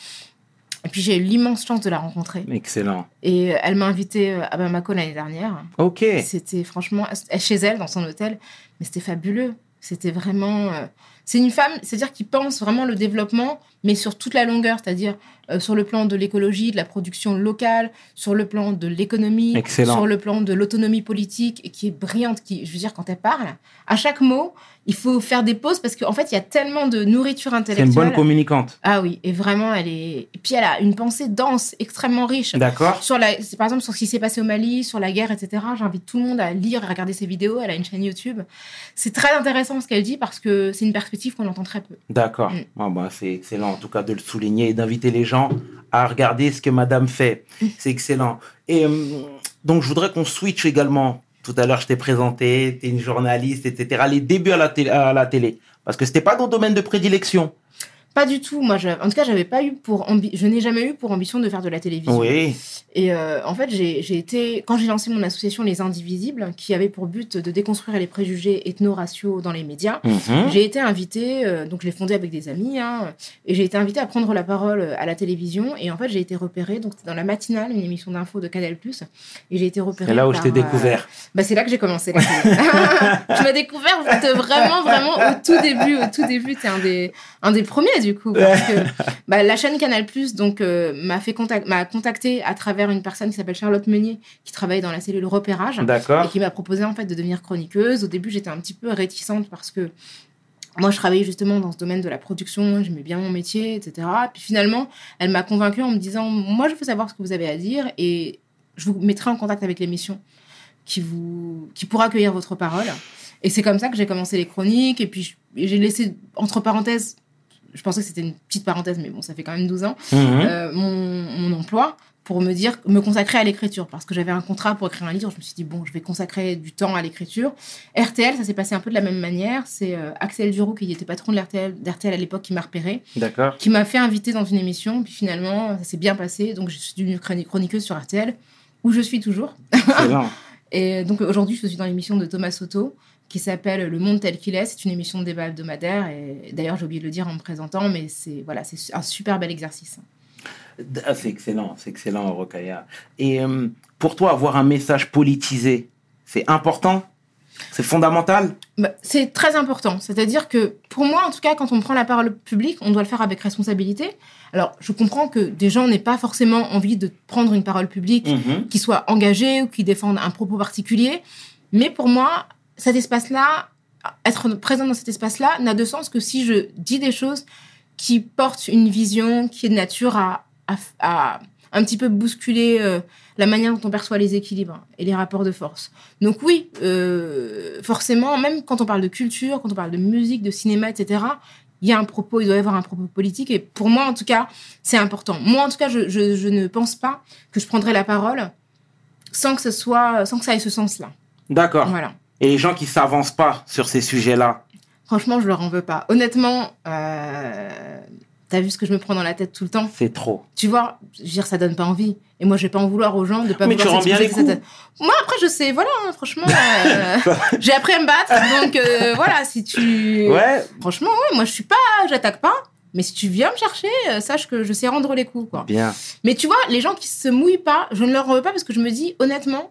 Speaker 3: Et puis j'ai eu l'immense chance de la rencontrer.
Speaker 1: Excellent.
Speaker 3: Et elle m'a invitée à Bamako l'année dernière.
Speaker 1: Ok.
Speaker 3: C'était franchement chez elle, dans son hôtel, mais c'était fabuleux. C'était vraiment... C'est une femme, c'est-à-dire qui pense vraiment le développement, mais sur toute la longueur, c'est-à-dire euh, sur le plan de l'écologie, de la production locale, sur le plan de l'économie,
Speaker 1: Excellent.
Speaker 3: Sur le plan de l'autonomie politique, et qui est brillante. Qui, je veux dire, quand elle parle, à chaque mot, il faut faire des pauses parce qu'en fait, il y a tellement de nourriture intellectuelle.
Speaker 1: C'est une bonne communicante.
Speaker 3: Ah oui, et vraiment, elle est... Et puis, elle a une pensée dense, extrêmement riche.
Speaker 1: D'accord.
Speaker 3: Sur la... Par exemple, sur ce qui s'est passé au Mali, sur la guerre, et cetera. J'invite tout le monde à lire et regarder ses vidéos. Elle a une chaîne YouTube. C'est très intéressant ce qu'elle dit parce que c'est une perspective qu'on entend très peu.
Speaker 1: D'accord. Mm. Ah bah, c'est excellent, en tout cas, de le souligner et d'inviter les gens à regarder ce que madame fait. Mm. C'est excellent. Et euh, donc, je voudrais qu'on switch également. Tout à l'heure, je t'ai présenté, tu es une journaliste, et cetera. Les débuts à la, télé, à la télé. Parce que c'était pas ton domaine de prédilection.
Speaker 3: Pas du tout. Moi, je, en tout cas, j'avais pas eu pour ambi- je n'ai jamais eu pour ambition de faire de la télévision.
Speaker 1: Oui.
Speaker 3: Et euh, en fait, j'ai, j'ai été quand j'ai lancé mon association Les Indivisibles, qui avait pour but de déconstruire les préjugés ethno-raciaux dans les médias,
Speaker 1: mm-hmm.
Speaker 3: j'ai été invitée. Euh, donc, je l'ai fondée avec des amis, hein, et j'ai été invitée à prendre la parole à la télévision. Et en fait, j'ai été repérée. Donc, c'était dans la matinale, une émission d'info de Canal Plus, et j'ai été repérée.
Speaker 1: C'est là où
Speaker 3: par,
Speaker 1: je t'ai découvert.
Speaker 3: Euh, bah, c'est là que j'ai commencé. Tu m'as découvert vraiment, vraiment au tout début. Au tout début, t'es un des un des premiers du coup. Parce que bah, la chaîne Canal Plus donc euh, m'a fait contact, m'a contacté à travers une personne qui s'appelle Charlotte Meunier, qui travaille dans la cellule repérage.
Speaker 1: D'accord.
Speaker 3: Et qui m'a proposé en fait de devenir chroniqueuse. Au début, j'étais un petit peu réticente parce que moi, je travaillais justement dans ce domaine de la production, j'aimais bien mon métier, et cetera. Puis finalement, elle m'a convaincue en me disant, moi, je veux savoir ce que vous avez à dire et je vous mettrai en contact avec l'émission qui vous, qui pourra accueillir votre parole. Et c'est comme ça que j'ai commencé les chroniques. Et puis, j'ai laissé entre parenthèses. Je pensais que c'était une petite parenthèse, mais bon, ça fait quand même douze ans, mmh. euh, mon, mon emploi pour me dire, me consacrer à l'écriture. Parce que j'avais un contrat pour écrire un livre. Je me suis dit, bon, je vais consacrer du temps à l'écriture. R T L, ça s'est passé un peu de la même manière. C'est euh, Axel Duroux, qui était patron de l'R T L, d'R T L à l'époque, qui m'a repéré.
Speaker 1: D'accord.
Speaker 3: Qui m'a fait inviter dans une émission. Puis finalement, ça s'est bien passé. Donc, je suis devenue chroniqueuse sur R T L, où je suis toujours.
Speaker 1: Excellent.
Speaker 3: Et donc, aujourd'hui, je suis dans l'émission de Thomas Soto, qui s'appelle Le Monde tel qu'il est. C'est une émission de débat hebdomadaire. Et d'ailleurs, j'ai oublié de le dire en me présentant, mais c'est, voilà, c'est un super bel exercice.
Speaker 1: Ah, c'est excellent, c'est excellent, Rokhaya. Et euh, pour toi, avoir un message politisé, c'est important ? C'est fondamental ?
Speaker 3: Bah, c'est très important. C'est-à-dire que, pour moi, en tout cas, quand on prend la parole publique, on doit le faire avec responsabilité. Alors, je comprends que des gens n'aient pas forcément envie de prendre une parole publique
Speaker 1: Mm-hmm.
Speaker 3: qui soit engagée ou qui défende un propos particulier. Mais pour moi, cet espace-là, être présent dans cet espace-là n'a de sens que si je dis des choses qui portent une vision qui est de nature à, à, à un petit peu bousculer euh, la manière dont on perçoit les équilibres et les rapports de force. Donc oui, euh, forcément, même quand on parle de culture, quand on parle de musique, de cinéma, et cetera, il y a un propos, il doit y avoir un propos politique. Et pour moi, en tout cas, c'est important. Moi, en tout cas, je, je, je ne pense pas que je prendrais la parole sans que ce soit, sans que ça ait ce sens-là.
Speaker 1: D'accord.
Speaker 3: Voilà.
Speaker 1: Et les gens qui s'avancent pas sur ces sujets-là ?
Speaker 3: Franchement, je leur en veux pas. Honnêtement, euh, t'as vu ce que je me prends dans la tête tout le temps ?
Speaker 1: C'est trop.
Speaker 3: Tu vois, je veux dire, ça donne pas envie. Et moi, je vais pas en vouloir aux gens de pas
Speaker 1: Mais tu
Speaker 3: vouloir
Speaker 1: rends bien les
Speaker 3: s'exposer
Speaker 1: coups.
Speaker 3: cette- Moi, après, je sais, voilà, hein, franchement, euh, j'ai appris à me battre. Donc, euh, voilà, si tu...
Speaker 1: Ouais,
Speaker 3: Franchement, ouais, moi, je suis pas... J'attaque pas. Mais si tu viens me chercher, euh, sache que je sais rendre les coups, quoi.
Speaker 1: bien.
Speaker 3: Mais tu vois, les gens qui se mouillent pas, je ne leur en veux pas parce que je me dis, honnêtement,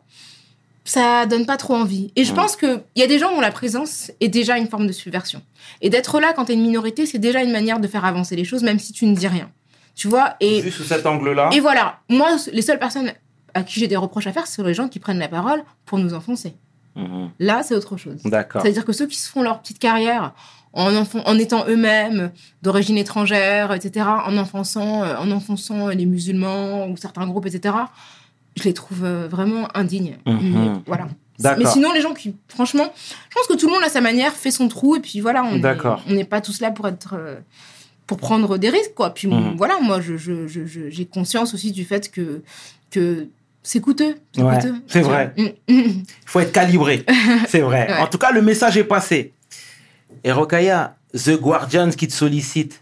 Speaker 3: ça donne pas trop envie. Et je
Speaker 1: Mm.
Speaker 3: pense qu'il y a des gens où la présence est déjà une forme de subversion. Et d'être là quand t'es une minorité, c'est déjà une manière de faire avancer les choses, même si tu ne dis rien. Tu vois, et...
Speaker 1: Vu sous cet angle-là.
Speaker 3: Et voilà, moi, les seules personnes à qui j'ai des reproches à faire, c'est les gens qui prennent la parole pour nous enfoncer.
Speaker 1: Mhm.
Speaker 3: Là, c'est autre chose.
Speaker 1: D'accord.
Speaker 3: C'est-à-dire que ceux qui se font leur petite carrière en, enfant- en étant eux-mêmes d'origine étrangère, et cetera, en enfonçant, euh, en enfonçant les musulmans ou certains groupes, et cetera, je les trouve euh, vraiment indignes.
Speaker 1: Mhm.
Speaker 3: Mais voilà.
Speaker 1: D'accord.
Speaker 3: Mais sinon, les gens qui, franchement, je pense que tout le monde à sa manière fait son trou et puis voilà, on est-
Speaker 1: D'accord.
Speaker 3: on n'est pas tous là pour être, euh, pour prendre des risques, quoi. Puis
Speaker 1: Mhm.
Speaker 3: voilà, moi, je, je, je, je- j'ai conscience aussi du fait que, que c'est coûteux. C'est,
Speaker 1: Ouais,
Speaker 3: coûteux,
Speaker 1: c'est
Speaker 3: tu vois.
Speaker 1: vrai.
Speaker 3: Mm, mm.
Speaker 1: Il faut être calibré. C'est vrai.
Speaker 3: Ouais.
Speaker 1: En tout cas, le message est passé. Et Rokhaya, The Guardian qui te sollicite.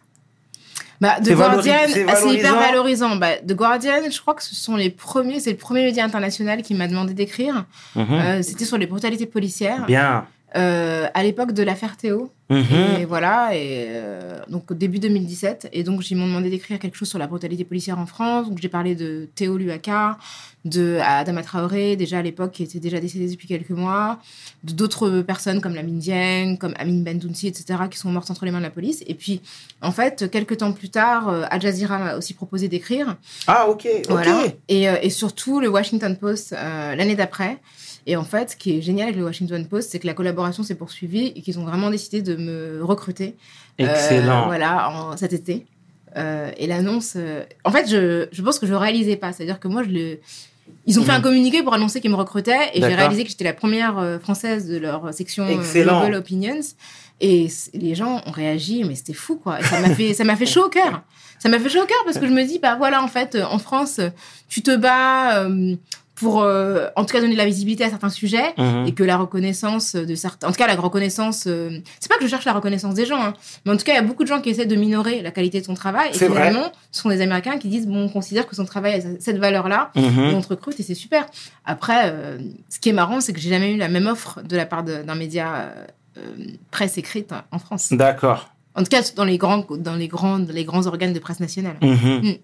Speaker 3: Bah, The
Speaker 1: C'est valori-
Speaker 3: Guardian,
Speaker 1: c'est
Speaker 3: ah, c'est hyper
Speaker 1: valorisant.
Speaker 3: valorisant. Bah, The Guardian, je crois que ce sont les premiers, c'est le premier média international qui m'a demandé d'écrire.
Speaker 1: Mhm.
Speaker 3: Euh, c'était sur les brutalités policières.
Speaker 1: Bien.
Speaker 3: Euh, à l'époque de l'affaire Théo.
Speaker 1: Mhm.
Speaker 3: Et voilà, et euh, donc au début deux mille dix-sept. Et donc, ils m'ont demandé d'écrire quelque chose sur la brutalité policière en France. Donc, j'ai parlé de Théo Luaka, de Adama Traoré, déjà à l'époque, qui était déjà décédé depuis quelques mois, de d'autres personnes comme Lamine Dieng, comme Amine Bendounsi, et cetera, qui sont mortes entre les mains de la police. Et puis, en fait, quelques temps plus tard, euh, Al Jazeera m'a aussi proposé d'écrire.
Speaker 1: Ah, ok. ok.
Speaker 3: Voilà. Et, euh, et surtout, le Washington Post, euh, l'année d'après. Et en fait, ce qui est génial avec le Washington Post, c'est que la collaboration s'est poursuivie et qu'ils ont vraiment décidé de me recruter.
Speaker 1: Excellent.
Speaker 3: Euh, voilà, en, cet été. Euh, et l'annonce... euh, en fait, je, je pense que je ne réalisais pas. C'est-à-dire que moi, je le... Ils ont fait
Speaker 1: Mhm.
Speaker 3: un communiqué pour annoncer qu'ils me recrutaient. Et j'ai
Speaker 1: D'accord.
Speaker 3: réalisé que j'étais la première euh, française de leur section euh,
Speaker 1: Excellent.
Speaker 3: Global Opinions. Et c- les gens ont réagi, mais c'était fou, quoi. Et ça m'a fait, ça m'a fait chaud au cœur. Ça m'a fait chaud au cœur parce que je me dis, bah voilà, en fait, euh, en France, euh, tu te bats euh, pour, euh, en tout cas, donner de la visibilité à certains sujets
Speaker 1: Mhm.
Speaker 3: et que la reconnaissance de certains, en tout cas, la reconnaissance, euh, c'est pas que je cherche la reconnaissance des gens, hein, mais en tout cas, il y a beaucoup de gens qui essaient de minorer la qualité de son travail. Et
Speaker 1: C'est vrai.
Speaker 3: finalement, ce sont des Américains qui disent, bon, on considère que son travail a cette valeur-là.
Speaker 1: Mhm.
Speaker 3: Et on te recrute et c'est super. Après, euh, ce qui est marrant, c'est que j'ai jamais eu la même offre de la part de- d'un média euh, euh, presse écrite en France.
Speaker 1: D'accord.
Speaker 3: En tout cas, dans les grands, dans les grands, les grands organes de presse nationale.
Speaker 1: Mhm.
Speaker 3: Mm.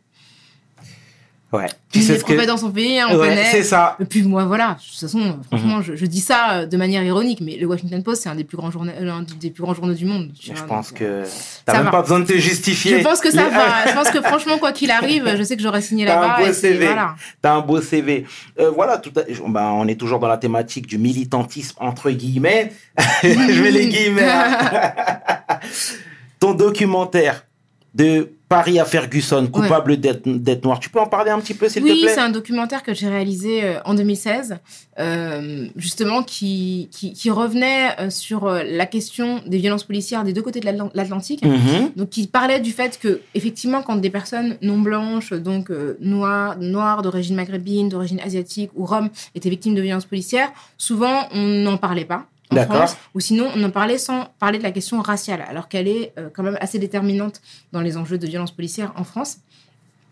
Speaker 1: Ouais. Tu
Speaker 3: Tu
Speaker 1: sais
Speaker 3: les
Speaker 1: ce que...
Speaker 3: prophètes dans son pays, hein, on
Speaker 1: Ouais,
Speaker 3: connaît.
Speaker 1: c'est ça.
Speaker 3: Et puis moi, voilà. De toute façon, franchement,
Speaker 1: Mhm.
Speaker 3: je, je dis ça euh, de manière ironique, mais le Washington Post, c'est un des plus grands journaux, l'un des plus grands journaux du monde. tu
Speaker 1: Je
Speaker 3: vois,
Speaker 1: pense
Speaker 3: donc,
Speaker 1: que
Speaker 3: Ça
Speaker 1: t'as même
Speaker 3: va.
Speaker 1: pas besoin de te justifier.
Speaker 3: Je pense que ça
Speaker 1: Les-
Speaker 3: va. Je pense que franchement, quoi qu'il arrive, je sais que j'aurais signé
Speaker 1: T'as un
Speaker 3: là-bas.
Speaker 1: beau
Speaker 3: et c'est-
Speaker 1: C V.
Speaker 3: Voilà.
Speaker 1: T'as un beau C V. Euh, voilà, tout à- bah, on est toujours dans la thématique du militantisme entre guillemets. Je mets les guillemets. hein. Ton documentaire de Paris à Ferguson, coupable d'être, d'être noir. Tu peux en parler un petit peu, s'il te
Speaker 3: Oui,
Speaker 1: plaît?
Speaker 3: c'est un documentaire que j'ai réalisé euh, en deux mille seize, euh, justement, qui, qui, qui revenait euh, sur euh, la question des violences policières des deux côtés de l'Atl- l'Atlantique.
Speaker 1: Mhm.
Speaker 3: Donc, qui parlait du fait que, effectivement, quand des personnes non blanches, donc euh, noires, noires d'origine maghrébine, d'origine asiatique ou roms, étaient victimes de violences policières, souvent, on n'en parlait pas. En
Speaker 1: D'accord.
Speaker 3: France, ou sinon on en parlait sans parler de la question raciale, alors qu'elle est euh, quand même assez déterminante dans les enjeux de violences policières en France.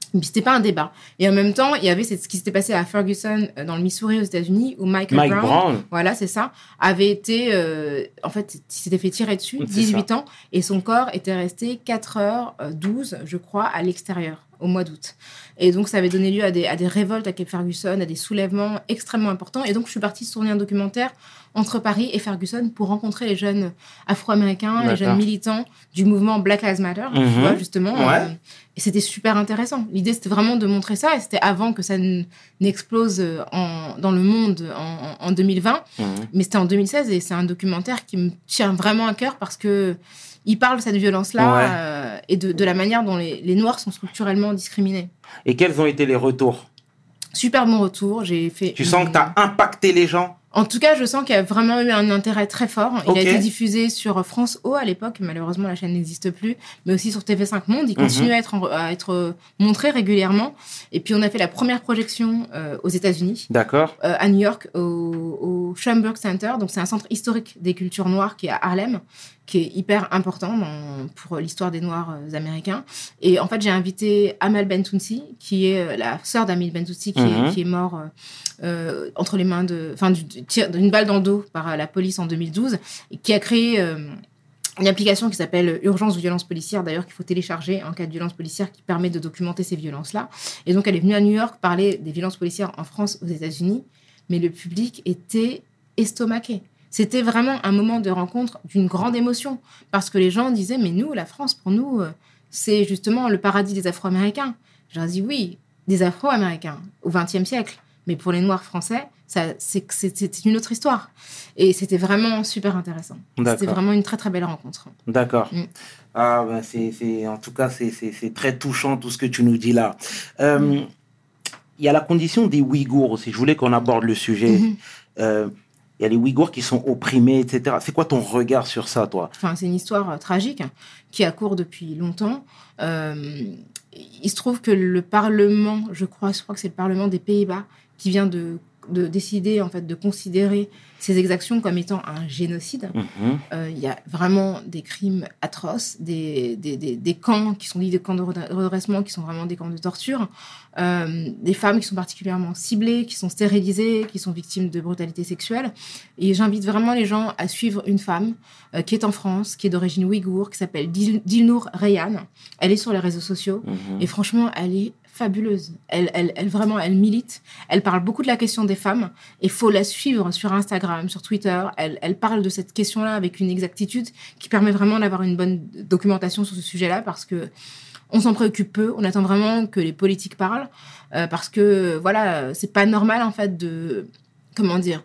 Speaker 3: Mais c'était pas un débat. Et en même temps, il y avait ce qui s'était passé à Ferguson, euh, dans le Missouri, aux États-Unis, où Michael
Speaker 1: Mike
Speaker 3: Brown,
Speaker 1: Brown.
Speaker 3: voilà, c'est ça, avait été, euh, en fait, il s'était fait tirer dessus,
Speaker 1: C'est
Speaker 3: dix-huit ans, et son corps était resté quatre heures douze, je crois, à l'extérieur, au mois d'août. Et donc, ça avait donné lieu à des, à des révoltes à Cape Ferguson, à des soulèvements extrêmement importants. Et donc, je suis partie tourner un documentaire entre Paris et Ferguson pour rencontrer les jeunes afro-américains,
Speaker 1: D'accord.
Speaker 3: les jeunes militants du mouvement Black Lives Matter,
Speaker 1: Mhm.
Speaker 3: tu vois, justement.
Speaker 1: Ouais.
Speaker 3: Euh, et c'était super intéressant. L'idée, c'était vraiment de montrer ça. Et c'était avant que ça n- n'explose en, dans le monde en, en, en deux mille vingt.
Speaker 1: Mhm.
Speaker 3: Mais c'était en deux mille seize. Et c'est un documentaire qui me tient vraiment à cœur parce que il parle de cette violence-là
Speaker 1: Ouais.
Speaker 3: euh, et de, de la manière dont les, les Noirs sont structurellement discriminés.
Speaker 1: Et quels ont été les retours?
Speaker 3: Super bon retour. J'ai fait.
Speaker 1: Tu sens que tu as impacté les gens?
Speaker 3: En tout cas, je sens qu'il y a vraiment eu un intérêt très fort. Il
Speaker 1: Ok.
Speaker 3: a été diffusé sur France O à l'époque. Malheureusement, la chaîne n'existe plus. Mais aussi sur T V cinq Monde. Il continue
Speaker 1: Mhm.
Speaker 3: à, être en- à être montré régulièrement. Et puis, on a fait la première projection euh, aux États-Unis,
Speaker 1: D'accord.
Speaker 3: euh, à New York, au, au Schomburg Center. Donc, c'est un centre historique des cultures noires qui est à Harlem, qui est hyper important dans- pour l'histoire des Noirs euh, américains. Et en fait, j'ai invité Amal Bentounsi, qui est euh, la sœur d'Amil Bentounsi, qui,
Speaker 1: Mhm.
Speaker 3: est, qui est mort euh, euh, entre les mains de, enfin, du- du tir- d'une balle dans le dos par euh, la police en deux mille douze, et qui a créé euh, une application qui s'appelle Urgence ou violence policière, d'ailleurs, qu'il faut télécharger en cas de violence policière, qui permet de documenter ces violences-là. Et donc, elle est venue à New York parler des violences policières en France, aux États-Unis, mais le public était estomaqué. C'était vraiment un moment de rencontre d'une grande émotion, parce que les gens disaient, mais nous, la France, pour nous, euh, c'est justement le paradis des Afro-Américains. Je leur dis, oui, des Afro-Américains au vingtième siècle, mais pour les Noirs français, ça, c'est, c'est, c'est une autre histoire. Et c'était vraiment super intéressant.
Speaker 1: D'accord.
Speaker 3: C'était vraiment une très, très belle rencontre.
Speaker 1: D'accord.
Speaker 3: Mm.
Speaker 1: Ah, ben c'est, c'est, en tout cas, c'est, c'est, c'est très touchant tout ce que tu nous dis là. Euh, Il y a la condition des Ouïghours aussi. Je voulais qu'on aborde le sujet.
Speaker 3: Mhm.
Speaker 1: Euh, Il y a les Ouïghours qui sont opprimés, et cetera. C'est quoi ton regard sur ça, toi?
Speaker 3: Enfin, c'est une histoire euh, tragique hein, qui a cours depuis longtemps. Euh, il se trouve que le Parlement, je crois, je crois que c'est le Parlement des Pays-Bas qui vient de, de décider en fait de considérer ces exactions comme étant un génocide.
Speaker 1: Mhm.
Speaker 3: Euh, Il y a vraiment des crimes atroces, des, des, des, des camps qui sont dits des camps de redressement, qui sont vraiment des camps de torture, euh, des femmes qui sont particulièrement ciblées, qui sont stérilisées, qui sont victimes de brutalité sexuelle. Et j'invite vraiment les gens à suivre une femme euh, qui est en France, qui est d'origine ouïghour, qui s'appelle Dil- Dilnour Reyhan. Elle est sur les réseaux sociaux
Speaker 1: Mhm.
Speaker 3: et franchement, elle est fabuleuse. Elle, elle, elle vraiment, elle milite. Elle parle beaucoup de la question des femmes. Il faut la suivre sur Instagram, sur Twitter. Elle, elle parle de cette question-là avec une exactitude qui permet vraiment d'avoir une bonne documentation sur ce sujet-là parce que on s'en préoccupe peu. On attend vraiment que les politiques parlent euh, parce que voilà, c'est pas normal en fait de comment dire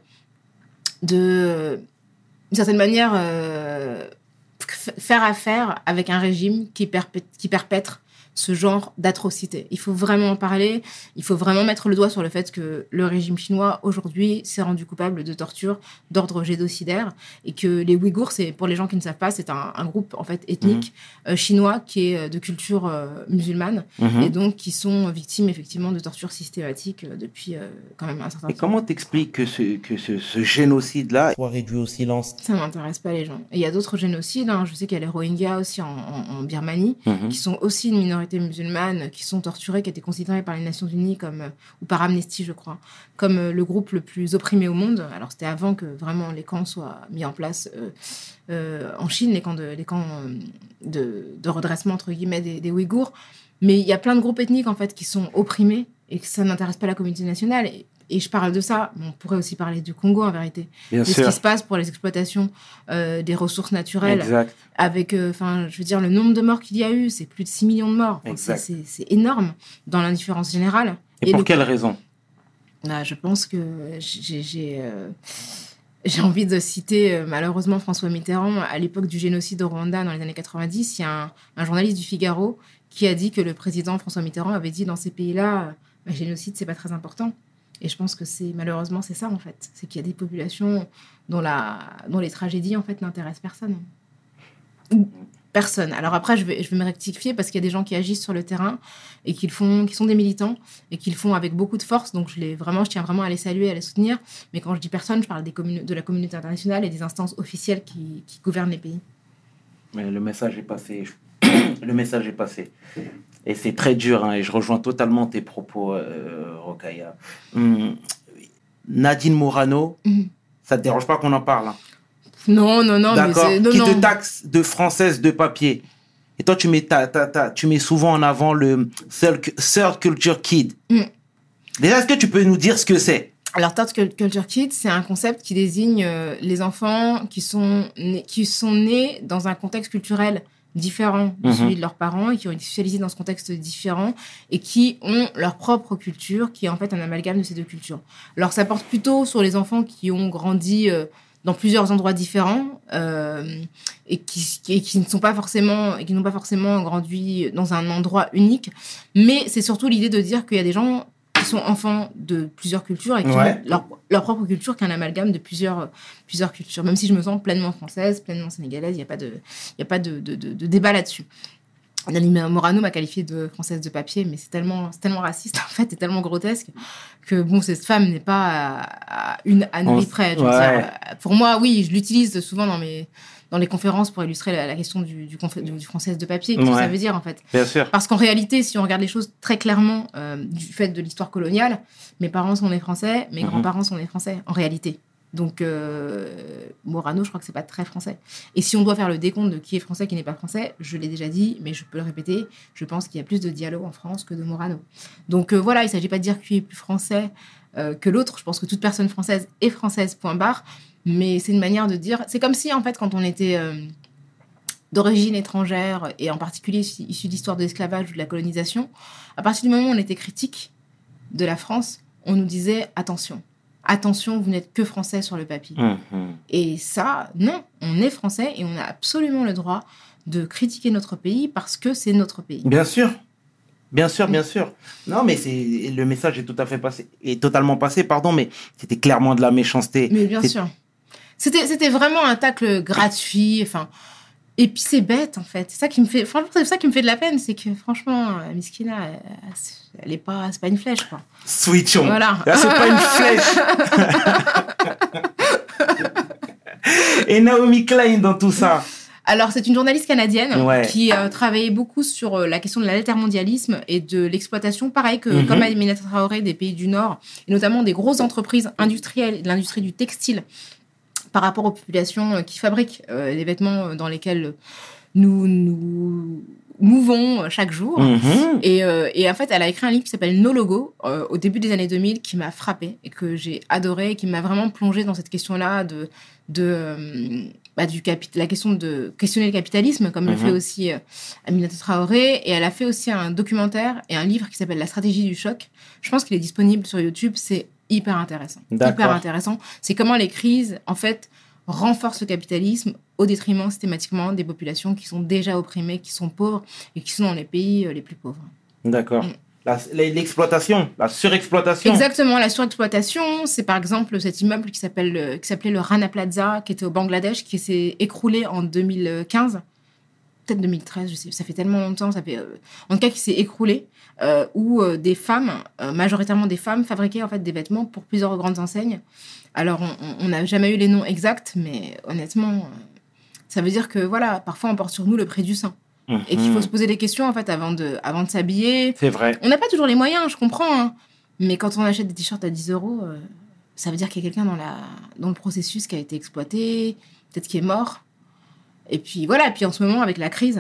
Speaker 3: de d'une certaine manière euh, f- faire affaire avec un régime qui, perpét- qui perpètre ce genre d'atrocité. Il faut vraiment en parler, il faut vraiment mettre le doigt sur le fait que le régime chinois, aujourd'hui, s'est rendu coupable de torture d'ordre génocidaire et que les Ouïghours, c'est, pour les gens qui ne savent pas, c'est un, un groupe en fait ethnique mmh. euh, chinois qui est de culture euh, musulmane mmh. et donc qui sont victimes effectivement de torture systématique euh, depuis euh, quand même un certain temps.
Speaker 1: Et comment t'expliques que ce, que ce, ce génocide-là soit réduit au silence?
Speaker 3: Ça m'intéresse pas les gens. Et il y a d'autres génocides, hein. Je sais qu'il y a les Rohingyas aussi en, en, en Birmanie, mmh. qui sont aussi une minorité musulmanes qui sont torturées, qui étaient considérées par les Nations Unies comme, euh, ou par Amnesty, je crois, comme euh, le groupe le plus opprimé au monde. Alors, c'était avant que vraiment les camps soient mis en place euh, euh, en Chine, les camps, de, les camps euh, de, de redressement, entre guillemets, des, des Ouïghours. Mais il y a plein de groupes ethniques, en fait, qui sont opprimés et que ça n'intéresse pas la communauté nationale. Et, et je parle de ça, mais on pourrait aussi parler du Congo, en vérité.
Speaker 1: Bien
Speaker 3: de
Speaker 1: sûr.
Speaker 3: ce qui se passe pour les exploitations euh, des ressources naturelles.
Speaker 1: Exact.
Speaker 3: Avec, enfin, euh, je veux dire, le nombre de morts qu'il y a eu, c'est plus de six millions de morts. Enfin, c'est, c'est, c'est énorme dans l'indifférence générale.
Speaker 1: Et, et pour le... quelle raison?
Speaker 3: Là, je pense que j'ai, j'ai, euh, j'ai envie de citer euh, malheureusement François Mitterrand. À l'époque du génocide au Rwanda dans les années quatre-vingt-dix, il y a un, un journaliste du Figaro qui a dit que le président François Mitterrand avait dit dans ces pays-là, le euh, génocide, c'est pas très important. Et je pense que c'est malheureusement c'est ça en fait, c'est qu'il y a des populations dont la dont les tragédies en fait n'intéressent personne. Personne. Alors après je vais je vais me rectifier parce qu'il y a des gens qui agissent sur le terrain et qui le font, qui sont des militants et qui le font avec beaucoup de force. Donc je les vraiment je tiens vraiment à les saluer, à les soutenir. Mais quand je dis personne, je parle des commun- de la communauté internationale et des instances officielles qui, qui gouvernent les pays.
Speaker 1: Mais le message est passé. le message est passé. Et c'est très dur, hein, et je rejoins totalement tes propos, euh, Rokhaya. Hum, Nadine Morano,
Speaker 3: Mm.
Speaker 1: ça te dérange pas qu'on en parle, hein?
Speaker 3: Non, non, non,
Speaker 1: D'accord.
Speaker 3: mais c'est... Non,
Speaker 1: Qui
Speaker 3: non.
Speaker 1: te taxe de française de papier. Et toi, tu mets, ta, ta, ta, tu mets souvent en avant le third, third culture kid.
Speaker 3: Mm.
Speaker 1: Déjà, est-ce que tu peux nous dire ce que c'est?
Speaker 3: Alors, Third Culture Kid, c'est un concept qui désigne euh, les enfants qui sont, nés, qui sont nés dans un contexte culturel différent de
Speaker 1: Mhm.
Speaker 3: celui de leurs parents et qui ont été socialisés dans ce contexte différent et qui ont leur propre culture, qui est en fait un amalgame de ces deux cultures. Alors, ça porte plutôt sur les enfants qui ont grandi euh, dans plusieurs endroits différents euh, et qui, qui, et qui ne sont pas forcément, et qui n'ont pas forcément grandi dans un endroit unique. Mais c'est surtout l'idée de dire qu'il y a des gens qui sont enfants de plusieurs cultures et qui
Speaker 1: Ouais.
Speaker 3: ont leur, leur propre culture, qui est un amalgame de plusieurs, plusieurs cultures. Même si je me sens pleinement française, pleinement sénégalaise, il n'y a pas de, il y a pas de, de, de, de débat là-dessus. Nadine Morano m'a qualifiée de française de papier, mais c'est tellement, c'est tellement raciste, en fait, et tellement grotesque que, bon, cette femme n'est pas à, à une ânerie près. Je veux
Speaker 1: Ouais.
Speaker 3: dire. Pour moi, oui, je l'utilise souvent dans mes, dans les conférences pour illustrer la, la question du, du, confé- du, du française de papier. Qu'est-ce que
Speaker 1: Ouais.
Speaker 3: ça veut dire, en fait?
Speaker 1: Bien sûr.
Speaker 3: Parce qu'en réalité, si on regarde les choses très clairement euh, du fait de l'histoire coloniale, mes parents sont nés français, mes
Speaker 1: Mhm.
Speaker 3: grands-parents sont nés français, en réalité. Donc, euh, Morano, je crois que c'est pas très français. Et si on doit faire le décompte de qui est français, qui n'est pas français, je l'ai déjà dit, mais je peux le répéter, je pense qu'il y a plus de Diallo en France que de Morano. Donc euh, voilà, il s'agit pas de dire qui est plus français euh, que l'autre. Je pense que toute personne française est française, point barre. Mais c'est une manière de dire... C'est comme si, en fait, quand on était... euh, d'origine étrangère, et en particulier issu issu de l'histoire de l'esclavage ou de la colonisation, à partir du moment où on était critique de la France, on nous disait « attention, attention, vous n'êtes que français sur le papier
Speaker 1: Mhm. ».
Speaker 3: Et ça, non, on est français et on a absolument le droit de critiquer notre pays parce que c'est notre pays.
Speaker 1: Bien sûr. Bien sûr, bien sûr. Non, mais c'est le message est tout à fait passé, est totalement passé, pardon, mais c'était clairement de la méchanceté.
Speaker 3: Mais bien
Speaker 1: C'est-
Speaker 3: sûr. C'était, c'était vraiment un tacle gratuit, enfin... Et puis c'est bête en fait. C'est ça qui me fait, franchement, c'est ça qui me fait de la peine, c'est que franchement, euh, Miskina, elle, elle est pas, c'est pas une flèche quoi.
Speaker 1: Switchons.
Speaker 3: Voilà.
Speaker 1: Là, c'est pas une flèche. Et Naomi Klein dans tout ça.
Speaker 3: Alors c'est une journaliste canadienne
Speaker 1: Ouais.
Speaker 3: qui euh, travaillait beaucoup sur euh, la question de l'altermondialisme et de l'exploitation, pareil que
Speaker 1: Mhm.
Speaker 3: comme Aminata Traoré des pays du Nord et notamment des grosses entreprises industrielles, de l'industrie du textile, par rapport aux populations euh, qui fabriquent euh, les vêtements dans lesquels nous nous mouvons chaque jour.
Speaker 1: Mhm.
Speaker 3: Et, euh, et en fait, elle a écrit un livre qui s'appelle No Logo euh, au début des années deux mille qui m'a frappée et que j'ai adoré et qui m'a vraiment plongée dans cette question-là de, de euh, bah, du capi- la question de questionner le capitalisme, comme le
Speaker 1: Mhm.
Speaker 3: fait aussi euh, Aminata Traoré. Et elle a fait aussi un documentaire et un livre qui s'appelle La stratégie du choc. Je pense qu'il est disponible sur YouTube. C'est hyper intéressant.
Speaker 1: D'accord.
Speaker 3: Hyper intéressant. C'est comment les crises, en fait, renforcent le capitalisme au détriment systématiquement des populations qui sont déjà opprimées, qui sont pauvres et qui sont dans les pays euh, les plus pauvres.
Speaker 1: D'accord.
Speaker 3: Mm.
Speaker 1: La- L'exploitation, la surexploitation.
Speaker 3: Exactement, la surexploitation, c'est par exemple cet immeuble qui s'appelle le- qui s'appelait le Rana Plaza, qui était au Bangladesh, qui s'est écroulé en deux mille quinze, peut-être deux mille treize, je sais, ça fait tellement longtemps, ça fait, euh, en tout cas qui s'est écroulé, euh, où euh, des femmes, euh, majoritairement des femmes, fabriquaient en fait des vêtements pour plusieurs grandes enseignes. Alors on- on on n'a jamais eu les noms exacts, mais honnêtement, euh, ça veut dire que voilà, parfois on porte sur nous le prix du sang
Speaker 1: Mhm.
Speaker 3: et qu'il faut se poser des questions en fait avant de, avant de s'habiller.
Speaker 1: C'est vrai.
Speaker 3: On n'a pas toujours les moyens, je comprends. Hein. Mais quand on achète des t-shirts à dix euros, euh, ça veut dire qu'il y a quelqu'un dans, la... dans le processus qui a été exploité, peut-être qui est mort. Et puis voilà, et puis en ce moment, avec la crise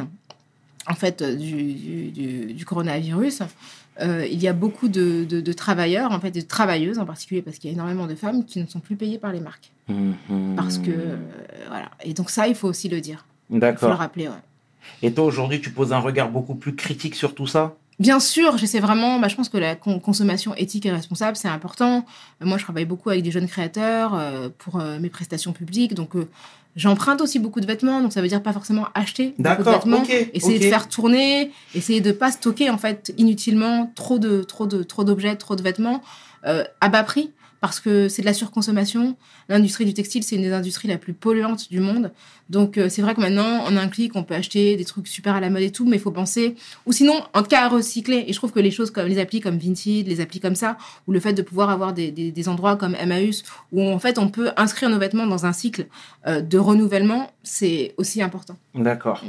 Speaker 3: en fait, euh, du, du, du, du coronavirus, euh, il y a beaucoup de, de, de travailleurs, en fait, de travailleuses en particulier, parce qu'il y a énormément de femmes qui ne sont plus payées par les marques.
Speaker 1: Mhm.
Speaker 3: Parce que, euh, voilà. Et donc ça, il faut aussi le dire. Il faut le
Speaker 1: D'accord.
Speaker 3: rappeler, ouais.
Speaker 1: Et toi, aujourd'hui, tu poses un regard beaucoup plus critique sur tout ça?
Speaker 3: Bien sûr, j'essaie vraiment. Bah, je pense que la con- consommation éthique et responsable, c'est important. Euh, moi, je travaille beaucoup avec des jeunes créateurs euh, pour euh, mes prestations publiques. Donc, euh, j'emprunte aussi beaucoup de vêtements. Donc, ça veut dire pas forcément acheter beaucoup de
Speaker 1: D'accord,
Speaker 3: vêtements.
Speaker 1: ok,
Speaker 3: Essayer
Speaker 1: ok.
Speaker 3: de faire tourner, essayer de pas stocker en fait inutilement trop de trop de trop d'objets, trop de vêtements euh, à bas prix. Parce que c'est de la surconsommation. L'industrie du textile, c'est une des industries la plus polluantes du monde. Donc, euh, c'est vrai que maintenant, en un clic, on peut acheter des trucs super à la mode et tout, mais il faut penser... Ou sinon, en tout cas, à recycler. Et je trouve que les choses comme les applis comme Vinted, les applis comme ça, ou le fait de pouvoir avoir des, des, des endroits comme Emmaüs, où en fait, on peut inscrire nos vêtements dans un cycle euh, de renouvellement, c'est aussi important.
Speaker 1: D'accord.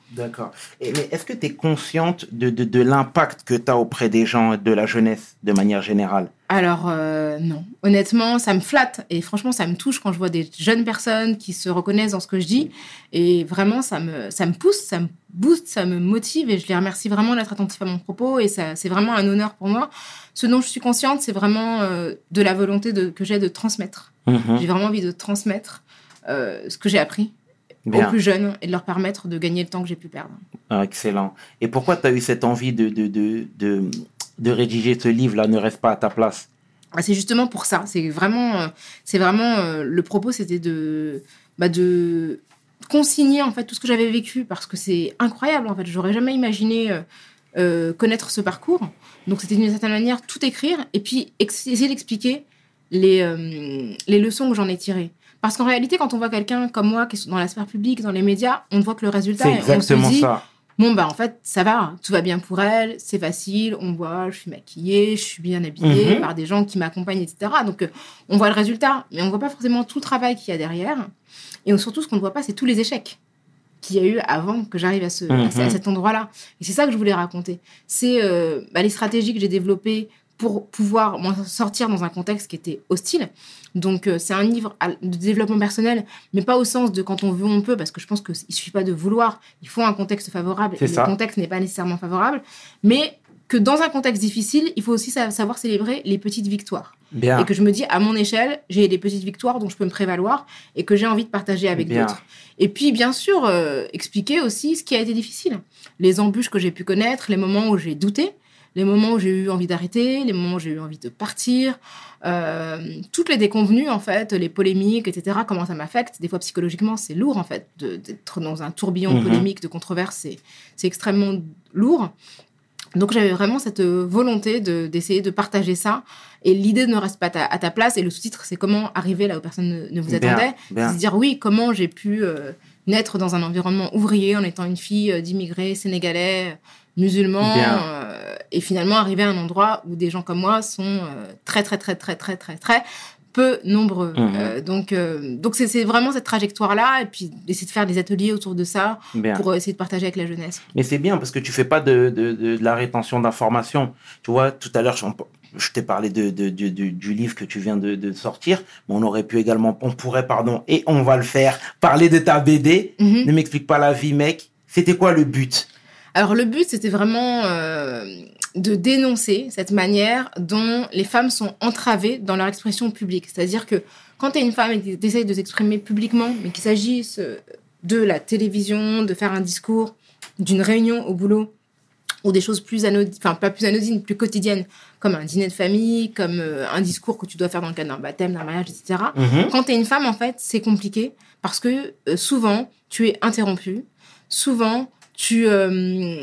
Speaker 1: D'accord. Et, mais est-ce que tu es consciente de, de, de l'impact que tu as auprès des gens, de la jeunesse, de manière générale?
Speaker 3: Alors, euh, non. Honnêtement, ça me flatte. Et franchement, ça me touche quand je vois des jeunes personnes qui se reconnaissent dans ce que je dis. Et vraiment, ça me, ça me pousse, ça me booste, ça me motive. Et je les remercie vraiment d'être attentifs à mon propos. Et ça, c'est vraiment un honneur pour moi. Ce dont je suis consciente, c'est vraiment euh, de la volonté de, que j'ai de transmettre. Mm-hmm. J'ai vraiment envie de transmettre euh, ce que j'ai appris. Bien. Aux plus jeunes et de leur permettre de gagner le temps que j'ai pu perdre.
Speaker 1: Ah, excellent. Et pourquoi tu as eu cette envie de, de, de, de, de rédiger ce livre-là, Ne reste pas à ta place?
Speaker 3: Ah, c'est justement pour ça. C'est vraiment, c'est vraiment euh, le propos, c'était de, bah, de consigner en fait tout ce que j'avais vécu parce que c'est incroyable. En fait, j'aurais jamais imaginé euh, euh, connaître ce parcours. Donc, c'était d'une certaine manière tout écrire et puis ex- essayer d'expliquer les, euh, les leçons que j'en ai tirées. Parce qu'en réalité, quand on voit quelqu'un comme moi qui est dans la sphère publique, dans les médias, on ne voit que le résultat.
Speaker 1: C'est exactement
Speaker 3: on se dit,
Speaker 1: ça.
Speaker 3: Bon, bah, en fait, ça va, tout va bien pour elle, c'est facile, on voit, je suis maquillée, je suis bien habillée mm-hmm. par des gens qui m'accompagnent, et cetera. Donc, euh, on voit le résultat, mais on ne voit pas forcément tout le travail qu'il y a derrière. Et surtout, ce qu'on ne voit pas, c'est tous les échecs qu'il y a eu avant que j'arrive à, ce, mm-hmm. à, à cet endroit-là. Et c'est ça que je voulais raconter. C'est euh, bah, les stratégies que j'ai développées pour pouvoir m'en sortir dans un contexte qui était hostile. Donc, euh, c'est un livre de développement personnel, mais pas au sens de quand on veut, on peut, parce que je pense qu'il ne suffit pas de vouloir. Il faut un contexte favorable, c'est et ça. Le contexte n'est pas nécessairement favorable. Mais que dans un contexte difficile, il faut aussi savoir célébrer les petites victoires. Bien. Et que je me dis, à mon échelle, j'ai des petites victoires dont je peux me prévaloir et que j'ai envie de partager avec Bien. D'autres. Et puis, bien sûr, euh, expliquer aussi ce qui a été difficile. Les embûches que j'ai pu connaître, les moments où j'ai douté, les moments où j'ai eu envie d'arrêter, les moments où j'ai eu envie de partir, euh, toutes les déconvenues, en fait, les polémiques, et cetera, comment ça m'affecte. Des fois, psychologiquement, c'est lourd, en fait, de, d'être dans un tourbillon mmh. polémique, de controverses, c'est, c'est extrêmement lourd. Donc, j'avais vraiment cette volonté de, d'essayer de partager ça. Et l'idée ne reste pas à ta, à ta place. Et le sous-titre, c'est comment arriver là où personne ne, ne vous attendait. Bien, bien. C'est dire, oui, comment j'ai pu euh, naître dans un environnement ouvrier en étant une fille euh, d'immigrés sénégalais, musulmans, euh, et finalement arriver à un endroit où des gens comme moi sont euh, très, très, très, très, très, très, très peu nombreux. Mmh. Euh, donc, euh, donc c'est, c'est vraiment cette trajectoire-là, et puis essayer de faire des ateliers autour de ça bien. Pour essayer de partager avec la jeunesse.
Speaker 1: Mais c'est bien, parce que tu fais pas de, de, de, de la rétention d'informations. Tu vois, tout à l'heure, je, je t'ai parlé de, de, de, de, du livre que tu viens de, de sortir, mais on aurait pu également, on pourrait, pardon, et on va le faire, parler de ta B D. Mmh. Ne m'explique pas la vie, mec. C'était quoi le but ?
Speaker 3: Alors, le but, c'était vraiment euh, de dénoncer cette manière dont les femmes sont entravées dans leur expression publique. C'est-à-dire que quand tu es une femme et que tu essayes de t'exprimer publiquement, mais qu'il s'agisse de la télévision, de faire un discours, d'une réunion au boulot, ou des choses plus anodines, enfin pas plus anodines, plus quotidiennes, comme un dîner de famille, comme euh, un discours que tu dois faire dans le cadre d'un baptême, d'un mariage, et cetera. Mm-hmm. Quand tu es une femme, en fait, c'est compliqué parce que euh, souvent, tu es interrompue. Souvent, tu euh,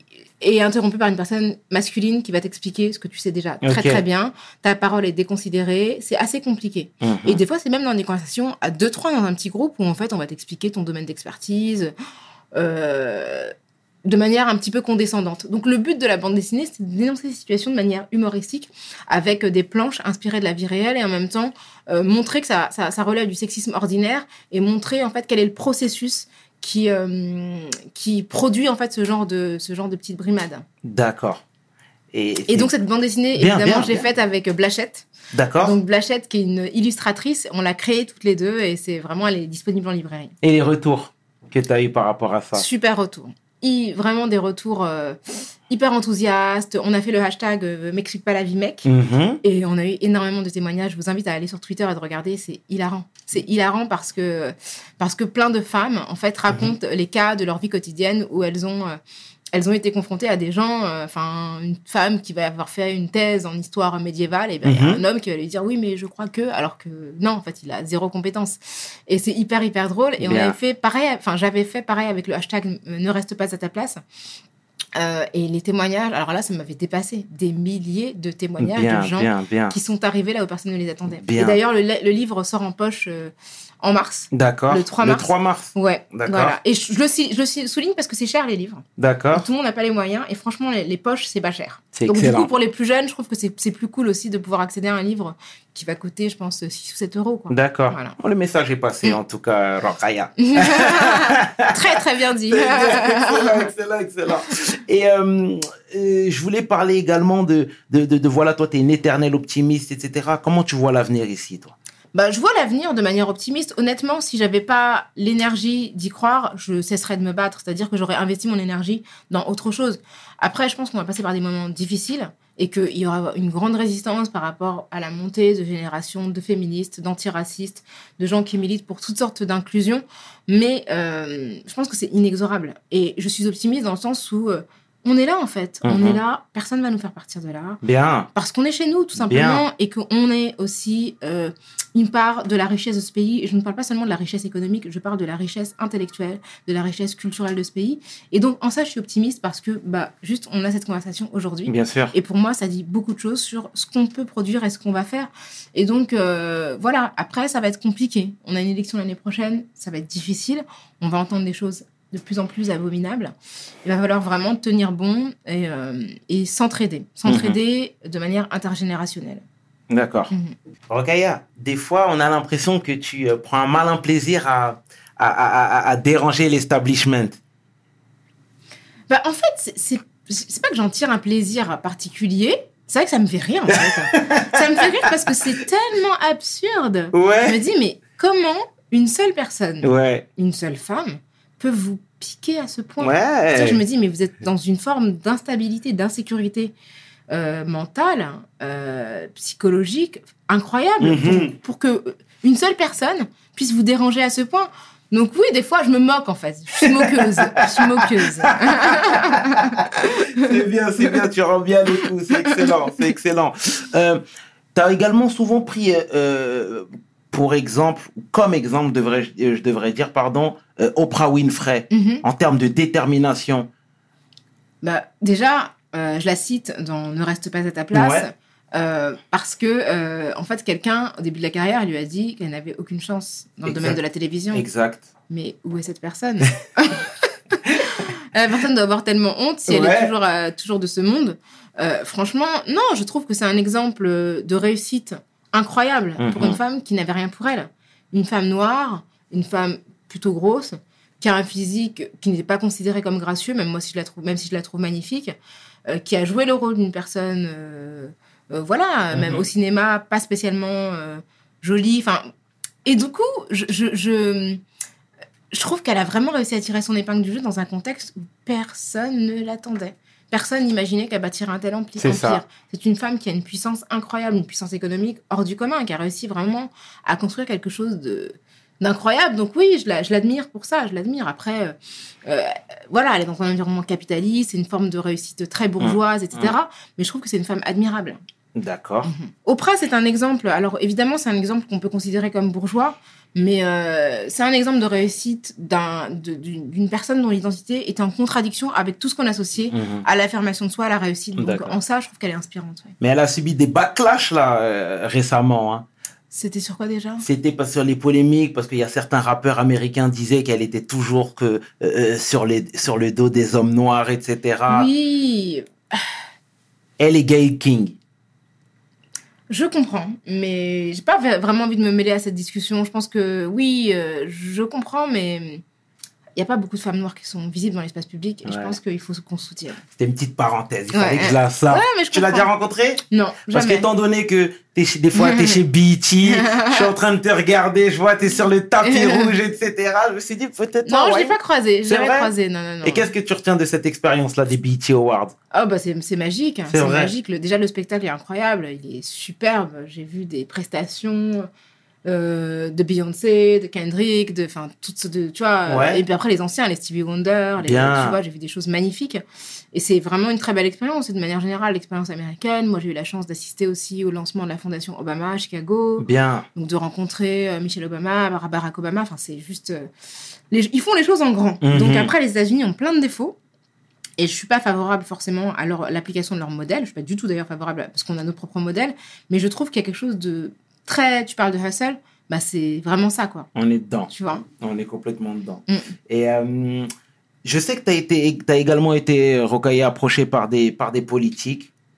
Speaker 3: es interrompu par une personne masculine qui va t'expliquer ce que tu sais déjà très okay. très bien. Ta parole est déconsidérée. C'est assez compliqué. Mm-hmm. Et des fois, c'est même dans des conversations à deux, trois dans un petit groupe où en fait, on va t'expliquer ton domaine d'expertise euh, de manière un petit peu condescendante. Donc, le but de la bande dessinée, c'est de dénoncer ces situations de manière humoristique avec des planches inspirées de la vie réelle et en même temps euh, montrer que ça, ça, ça relève du sexisme ordinaire et montrer en fait quel est le processus qui, euh, qui produit en fait ce genre de, ce genre de petites brimades.
Speaker 1: D'accord.
Speaker 3: Et, et donc cette bande dessinée, bien, évidemment, bien, je l'ai bien. faite avec Blachette.
Speaker 1: D'accord.
Speaker 3: Donc Blachette, qui est une illustratrice, on l'a créée toutes les deux et c'est vraiment, elle est disponible en librairie.
Speaker 1: Et les retours que tu as eu par rapport à ça ?
Speaker 3: Super retour. I, vraiment des retours euh, hyper enthousiastes. On a fait le hashtag euh, « M'explique pas la vie, mec mm-hmm. ». Et on a eu énormément de témoignages. Je vous invite à aller sur Twitter et de regarder. C'est hilarant. C'est hilarant parce que, parce que plein de femmes, en fait, racontent mm-hmm. les cas de leur vie quotidienne où elles ont, euh, elles ont été confrontées à des gens... Enfin, euh, une femme qui va avoir fait une thèse en histoire médiévale, et bien il mm-hmm. y a un homme qui va lui dire « Oui, mais je crois que... » Alors que non, en fait, il a zéro compétence. Et c'est hyper, hyper drôle. Et Bien. on avait fait pareil... Enfin, j'avais fait pareil avec le hashtag « Ne reste pas à ta place ». Euh, et les témoignages, alors là, ça m'avait dépassé. Des milliers de témoignages bien, de gens bien, bien. qui sont arrivés là où personne ne les attendait. Bien. Et d'ailleurs, le, le livre sort en poche euh, en mars.
Speaker 1: D'accord.
Speaker 3: Le trois mars.
Speaker 1: Le trois mars.
Speaker 3: Ouais.
Speaker 1: D'accord.
Speaker 3: Voilà. Et je, je, le, je le souligne parce que c'est cher, les livres.
Speaker 1: D'accord.
Speaker 3: Tout le monde n'a pas les moyens. Et franchement, les, les poches, c'est pas cher.
Speaker 1: C'est
Speaker 3: Donc,
Speaker 1: excellent.
Speaker 3: du coup, pour les plus jeunes, je trouve que c'est, c'est plus cool aussi de pouvoir accéder à un livre qui va coûter, je pense, six ou sept euros. Quoi.
Speaker 1: D'accord.
Speaker 3: Voilà.
Speaker 1: Oh, le message est passé, en tout cas, Rokhaya.
Speaker 3: Très, très bien dit.
Speaker 1: excellent, excellent, excellent. Et euh, euh, je voulais parler également de, de, de, de voilà, toi, tu es une éternelle optimiste, et cetera. Comment tu vois l'avenir ici, toi?
Speaker 3: Bah, je vois l'avenir de manière optimiste. Honnêtement, si j'avais pas l'énergie d'y croire, je cesserais de me battre. C'est-à-dire que j'aurais investi mon énergie dans autre chose. Après, je pense qu'on va passer par des moments difficiles et qu'il y aura une grande résistance par rapport à la montée de générations de féministes, d'antiracistes, de gens qui militent pour toutes sortes d'inclusions. Mais euh, je pense que c'est inexorable. Et je suis optimiste dans le sens où euh, on est là, en fait.
Speaker 1: Mm-hmm.
Speaker 3: On est là. Personne ne va nous faire partir de là.
Speaker 1: Bien.
Speaker 3: Parce qu'on est chez nous, tout simplement, Bien. Et qu'on est aussi euh, une part de la richesse de ce pays. Et je ne parle pas seulement de la richesse économique, je parle de la richesse intellectuelle, de la richesse culturelle de ce pays. Et donc, en ça, je suis optimiste parce que, bah, juste, on a cette conversation aujourd'hui.
Speaker 1: Bien sûr.
Speaker 3: Et pour moi, ça dit beaucoup de choses sur ce qu'on peut produire et ce qu'on va faire. Et donc, euh, voilà. Après, ça va être compliqué. On a une élection l'année prochaine, ça va être difficile. On va entendre des choses de plus en plus abominable. Il va falloir vraiment tenir bon et, euh, et s'entraider. S'entraider mmh. de manière intergénérationnelle.
Speaker 1: D'accord. Mmh. Rokhaya, des fois, on a l'impression que tu euh, prends un malin plaisir à, à, à, à déranger l'establishment.
Speaker 3: Bah, en fait, c'est, c'est, c'est pas que j'en tire un plaisir particulier. C'est vrai que ça me fait rire, en fait. Ça me fait rire parce que c'est tellement absurde.
Speaker 1: Ouais.
Speaker 3: Je me dis, mais comment une seule personne,
Speaker 1: ouais.
Speaker 3: une seule femme, peut vous piquer à ce point.
Speaker 1: Ouais.
Speaker 3: Ça, je me dis, mais vous êtes dans une forme d'instabilité, d'insécurité euh, mentale, euh, psychologique, incroyable,
Speaker 1: mm-hmm.
Speaker 3: pour, pour que une seule personne puisse vous déranger à ce point. Donc oui, des fois, je me moque, en fait. Je suis moqueuse. Je suis moqueuse.
Speaker 1: C'est bien, c'est bien. Tu rends bien le coup. C'est excellent, c'est excellent. Euh, tu as également souvent pris... Euh, pour exemple, comme exemple, devrais, je devrais dire, pardon, euh, Oprah Winfrey, mm-hmm. en termes de détermination.
Speaker 3: Bah, déjà, euh, je la cite dans Ne reste pas à ta place, ouais. euh, parce que, euh, en fait, quelqu'un, au début de la carrière, elle lui a dit qu'elle n'avait aucune chance dans exact. le domaine de la télévision.
Speaker 1: Exact.
Speaker 3: Mais où est cette personne? La personne doit avoir tellement honte si elle ouais. est toujours, euh, toujours de ce monde. Euh, franchement, non, je trouve que c'est un exemple de réussite incroyable mmh. pour une femme qui n'avait rien pour elle. Une femme noire, une femme plutôt grosse, qui a un physique qui n'était pas considéré comme gracieux, même moi si je la trouve, même si je la trouve magnifique, euh, qui a joué le rôle d'une personne, euh, euh, voilà, mmh. même au cinéma, pas spécialement euh, jolie. Enfin, et du coup, je, je, je, je trouve qu'elle a vraiment réussi à tirer son épingle du jeu dans un contexte où personne ne l'attendait. Personne n'imaginait qu'elle bâtirait un tel empire.
Speaker 1: C'est ça.
Speaker 3: C'est une femme qui a une puissance incroyable, une puissance économique hors du commun, qui a réussi vraiment à construire quelque chose de, d'incroyable. Donc oui, je, la, je l'admire pour ça, je l'admire. Après, euh, voilà, elle est dans un environnement capitaliste, c'est une forme de réussite très bourgeoise, mmh. et cetera. Mmh. Mais je trouve que c'est une femme admirable.
Speaker 1: D'accord.
Speaker 3: Mmh. Oprah, c'est un exemple. Alors évidemment, c'est un exemple qu'on peut considérer comme bourgeois, mais euh, c'est un exemple de réussite d'un, de, d'une, d'une personne dont l'identité est en contradiction avec tout ce qu'on associe mmh. à l'affirmation de soi, à la réussite. Donc D'accord. en ça, je trouve qu'elle est inspirante. Ouais.
Speaker 1: Mais elle a subi des backlash là euh, récemment. Hein.
Speaker 3: C'était sur quoi déjà?
Speaker 1: C'était pas sur les polémiques, parce qu'il y a certains rappeurs américains disaient qu'elle était toujours que euh, sur les sur le dos des hommes noirs, et cetera.
Speaker 3: Oui.
Speaker 1: Elle est Gayle King.
Speaker 3: Je comprends, mais j'ai pas vraiment envie de me mêler à cette discussion. Je pense que oui, euh, je comprends, mais il y a pas beaucoup de femmes noires qui sont visibles dans l'espace public. Et ouais. je pense qu'il faut qu'on se soutienne.
Speaker 1: C'était une petite parenthèse. Il fallait ouais. que je la sache.
Speaker 3: Ouais, mais je
Speaker 1: tu l'as déjà rencontrée?
Speaker 3: Non,
Speaker 1: Parce
Speaker 3: jamais.
Speaker 1: qu'étant donné que t'es, des fois t'es chez B E T, je suis en train de te regarder, je vois t'es sur le tapis rouge, et cetera. Je me suis dit peut-être.
Speaker 3: Non,
Speaker 1: pas,
Speaker 3: je
Speaker 1: ouais.
Speaker 3: l'ai pas croisé. Je l'ai jamais croisé. Non, non, non.
Speaker 1: Et qu'est-ce que tu retiens de cette expérience-là des B E T Awards?
Speaker 3: Oh bah c'est, c'est magique.
Speaker 1: C'est,
Speaker 3: c'est
Speaker 1: vrai.
Speaker 3: magique. Le, déjà le spectacle est incroyable. Il est superbe. J'ai vu des prestations. Euh, de Beyoncé, de Kendrick, de, enfin, toutes, de, tu vois,
Speaker 1: ouais.
Speaker 3: euh, et puis après les anciens, les Stevie Wonder, les, tu vois, j'ai vu des choses magnifiques, et c'est vraiment une très belle expérience, et de manière générale, l'expérience américaine. Moi, j'ai eu la chance d'assister aussi au lancement de la fondation Obama à Chicago.
Speaker 1: Bien. Donc,
Speaker 3: de rencontrer euh, Michelle Obama, Barack Obama, enfin, c'est juste, euh, les, ils font les choses en grand. Mm-hmm. Donc après, les États-Unis ont plein de défauts. Et je suis pas favorable forcément à leur, l'application de leur modèle. Je suis pas du tout d'ailleurs favorable, parce qu'on a nos propres modèles, mais je trouve qu'il y a quelque chose de très, tu parles de hustle, bah c'est vraiment ça, quoi.
Speaker 1: On est dedans.
Speaker 3: Tu vois.
Speaker 1: On est complètement dedans.
Speaker 3: Mm.
Speaker 1: Et euh, je sais que tu as été, t'as également été, Rokhaya, approché par des, par des politiques.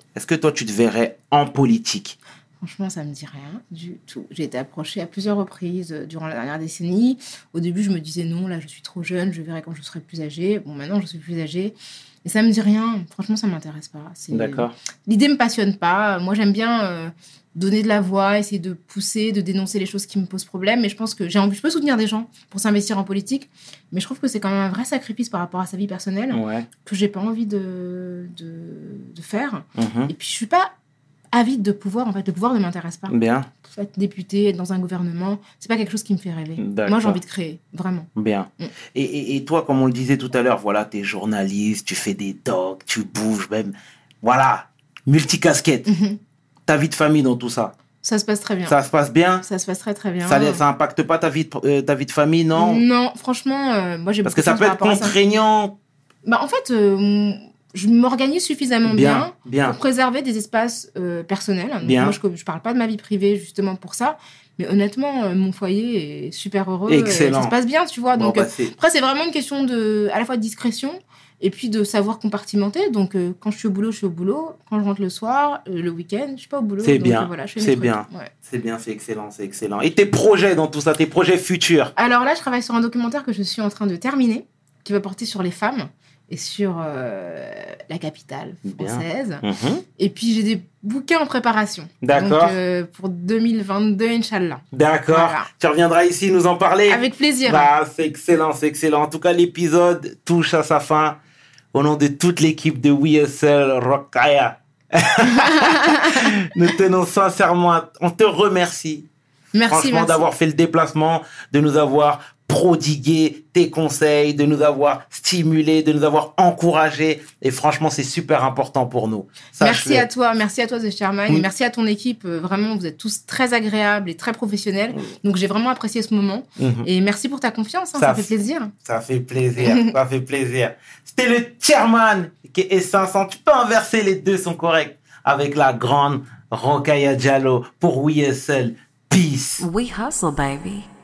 Speaker 1: est-ce que toi, tu te verrais en politique?
Speaker 3: Franchement, ça me dit rien du tout. J'ai été approchée à plusieurs reprises euh, durant la dernière décennie. Au début, je me disais non, là, je suis trop jeune, je verrai quand je serai plus âgée. Bon, maintenant, je suis plus âgée. Et ça me dit rien. Franchement, ça m'intéresse pas. C'est...
Speaker 1: D'accord.
Speaker 3: L'idée me passionne pas. Moi, j'aime bien euh, donner de la voix, essayer de pousser, de dénoncer les choses qui me posent problème. Mais je pense que j'ai envie, je peux soutenir des gens pour s'investir en politique. Mais je trouve que c'est quand même un vrai sacrifice par rapport à sa vie personnelle
Speaker 1: Ouais.
Speaker 3: que j'ai pas envie de, de, de faire.
Speaker 1: Mhm.
Speaker 3: Et puis, je suis pas avide de pouvoir. En fait, le pouvoir ne m'intéresse pas.
Speaker 1: Bien,
Speaker 3: Être député, être dans un gouvernement, c'est pas quelque chose qui me fait rêver.
Speaker 1: D'accord.
Speaker 3: Moi, j'ai envie de créer, vraiment.
Speaker 1: bien.
Speaker 3: Mm.
Speaker 1: Et, et, et toi, comme on le disait tout à l'heure, voilà, t'es journaliste, tu fais des docs, tu bouges même. Voilà, multicasquette.
Speaker 3: Mhm.
Speaker 1: Ta vie de famille dans tout ça,
Speaker 3: Ça se passe très bien.
Speaker 1: ça se passe bien?
Speaker 3: Ça se passe très très bien.
Speaker 1: Ça, ça impacte pas ta vie de, euh, ta vie de famille, non?
Speaker 3: Non, franchement, euh, moi j'ai
Speaker 1: Parce
Speaker 3: beaucoup
Speaker 1: que ça
Speaker 3: de
Speaker 1: peut
Speaker 3: chance
Speaker 1: être
Speaker 3: par rapport à ça.
Speaker 1: contraignant.
Speaker 3: Bah, en fait, euh, je m'organise suffisamment bien,
Speaker 1: Bien, bien.
Speaker 3: pour préserver des espaces euh, personnels. Donc,
Speaker 1: Bien.
Speaker 3: moi, je, je parle pas de ma vie privée justement pour ça. Mais honnêtement, euh, mon foyer est super heureux.
Speaker 1: Excellent.
Speaker 3: Et ça se passe bien, tu vois.
Speaker 1: Bon,
Speaker 3: Donc,
Speaker 1: bah,
Speaker 3: euh,
Speaker 1: c'est-
Speaker 3: après, c'est vraiment une question de, à la fois de discrétion et puis de savoir compartimenter. Donc, euh, quand je suis au boulot, je suis au boulot. Quand je rentre le soir, euh, le week-end, je suis pas au boulot.
Speaker 1: C'est
Speaker 3: Donc,
Speaker 1: bien,
Speaker 3: euh, voilà, je fais mes
Speaker 1: c'est
Speaker 3: trucs.
Speaker 1: bien.
Speaker 3: Ouais.
Speaker 1: C'est bien, c'est excellent, c'est excellent. Et tes projets dans tout ça, tes projets futurs?
Speaker 3: Alors là, je travaille sur un documentaire que je suis en train de terminer, qui va porter sur les femmes et sur euh, la capitale
Speaker 1: Bien.
Speaker 3: française.
Speaker 1: Mhm.
Speaker 3: Et puis, j'ai des bouquins en préparation.
Speaker 1: D'accord.
Speaker 3: Donc, euh, pour deux mille vingt-deux, Inch'Allah.
Speaker 1: D'accord.
Speaker 3: Voilà.
Speaker 1: Tu reviendras ici nous en parler?
Speaker 3: Avec plaisir.
Speaker 1: Bah, c'est excellent, c'est excellent. En tout cas, l'épisode touche à sa fin. Au nom de toute l'équipe de We Hustle Rokhaya, nous tenons sincèrement, à- on te remercie.
Speaker 3: Merci,
Speaker 1: Franchement,
Speaker 3: merci.
Speaker 1: d'avoir fait le déplacement, de nous avoir prodigué tes conseils, de nous avoir stimulé, de nous avoir encouragé. Et franchement, c'est super important pour nous.
Speaker 3: Merci
Speaker 1: Sache-le.
Speaker 3: à toi, merci à toi, The Chairman,
Speaker 1: Oui.
Speaker 3: et merci à ton équipe. Euh, Vraiment, vous êtes tous très agréables et très professionnels. Donc, j'ai vraiment apprécié ce moment.
Speaker 1: Mhm.
Speaker 3: Et merci pour ta confiance, hein,
Speaker 1: Ça
Speaker 3: ça, fait
Speaker 1: fait-
Speaker 3: plaisir.
Speaker 1: Ça fait plaisir, ça fait plaisir. C'était le chairman qui est cinq cents. Tu peux inverser, les deux sont corrects. Avec la grande Rokhaya Diallo pour We Hustle. Peace.
Speaker 2: We hustle, baby.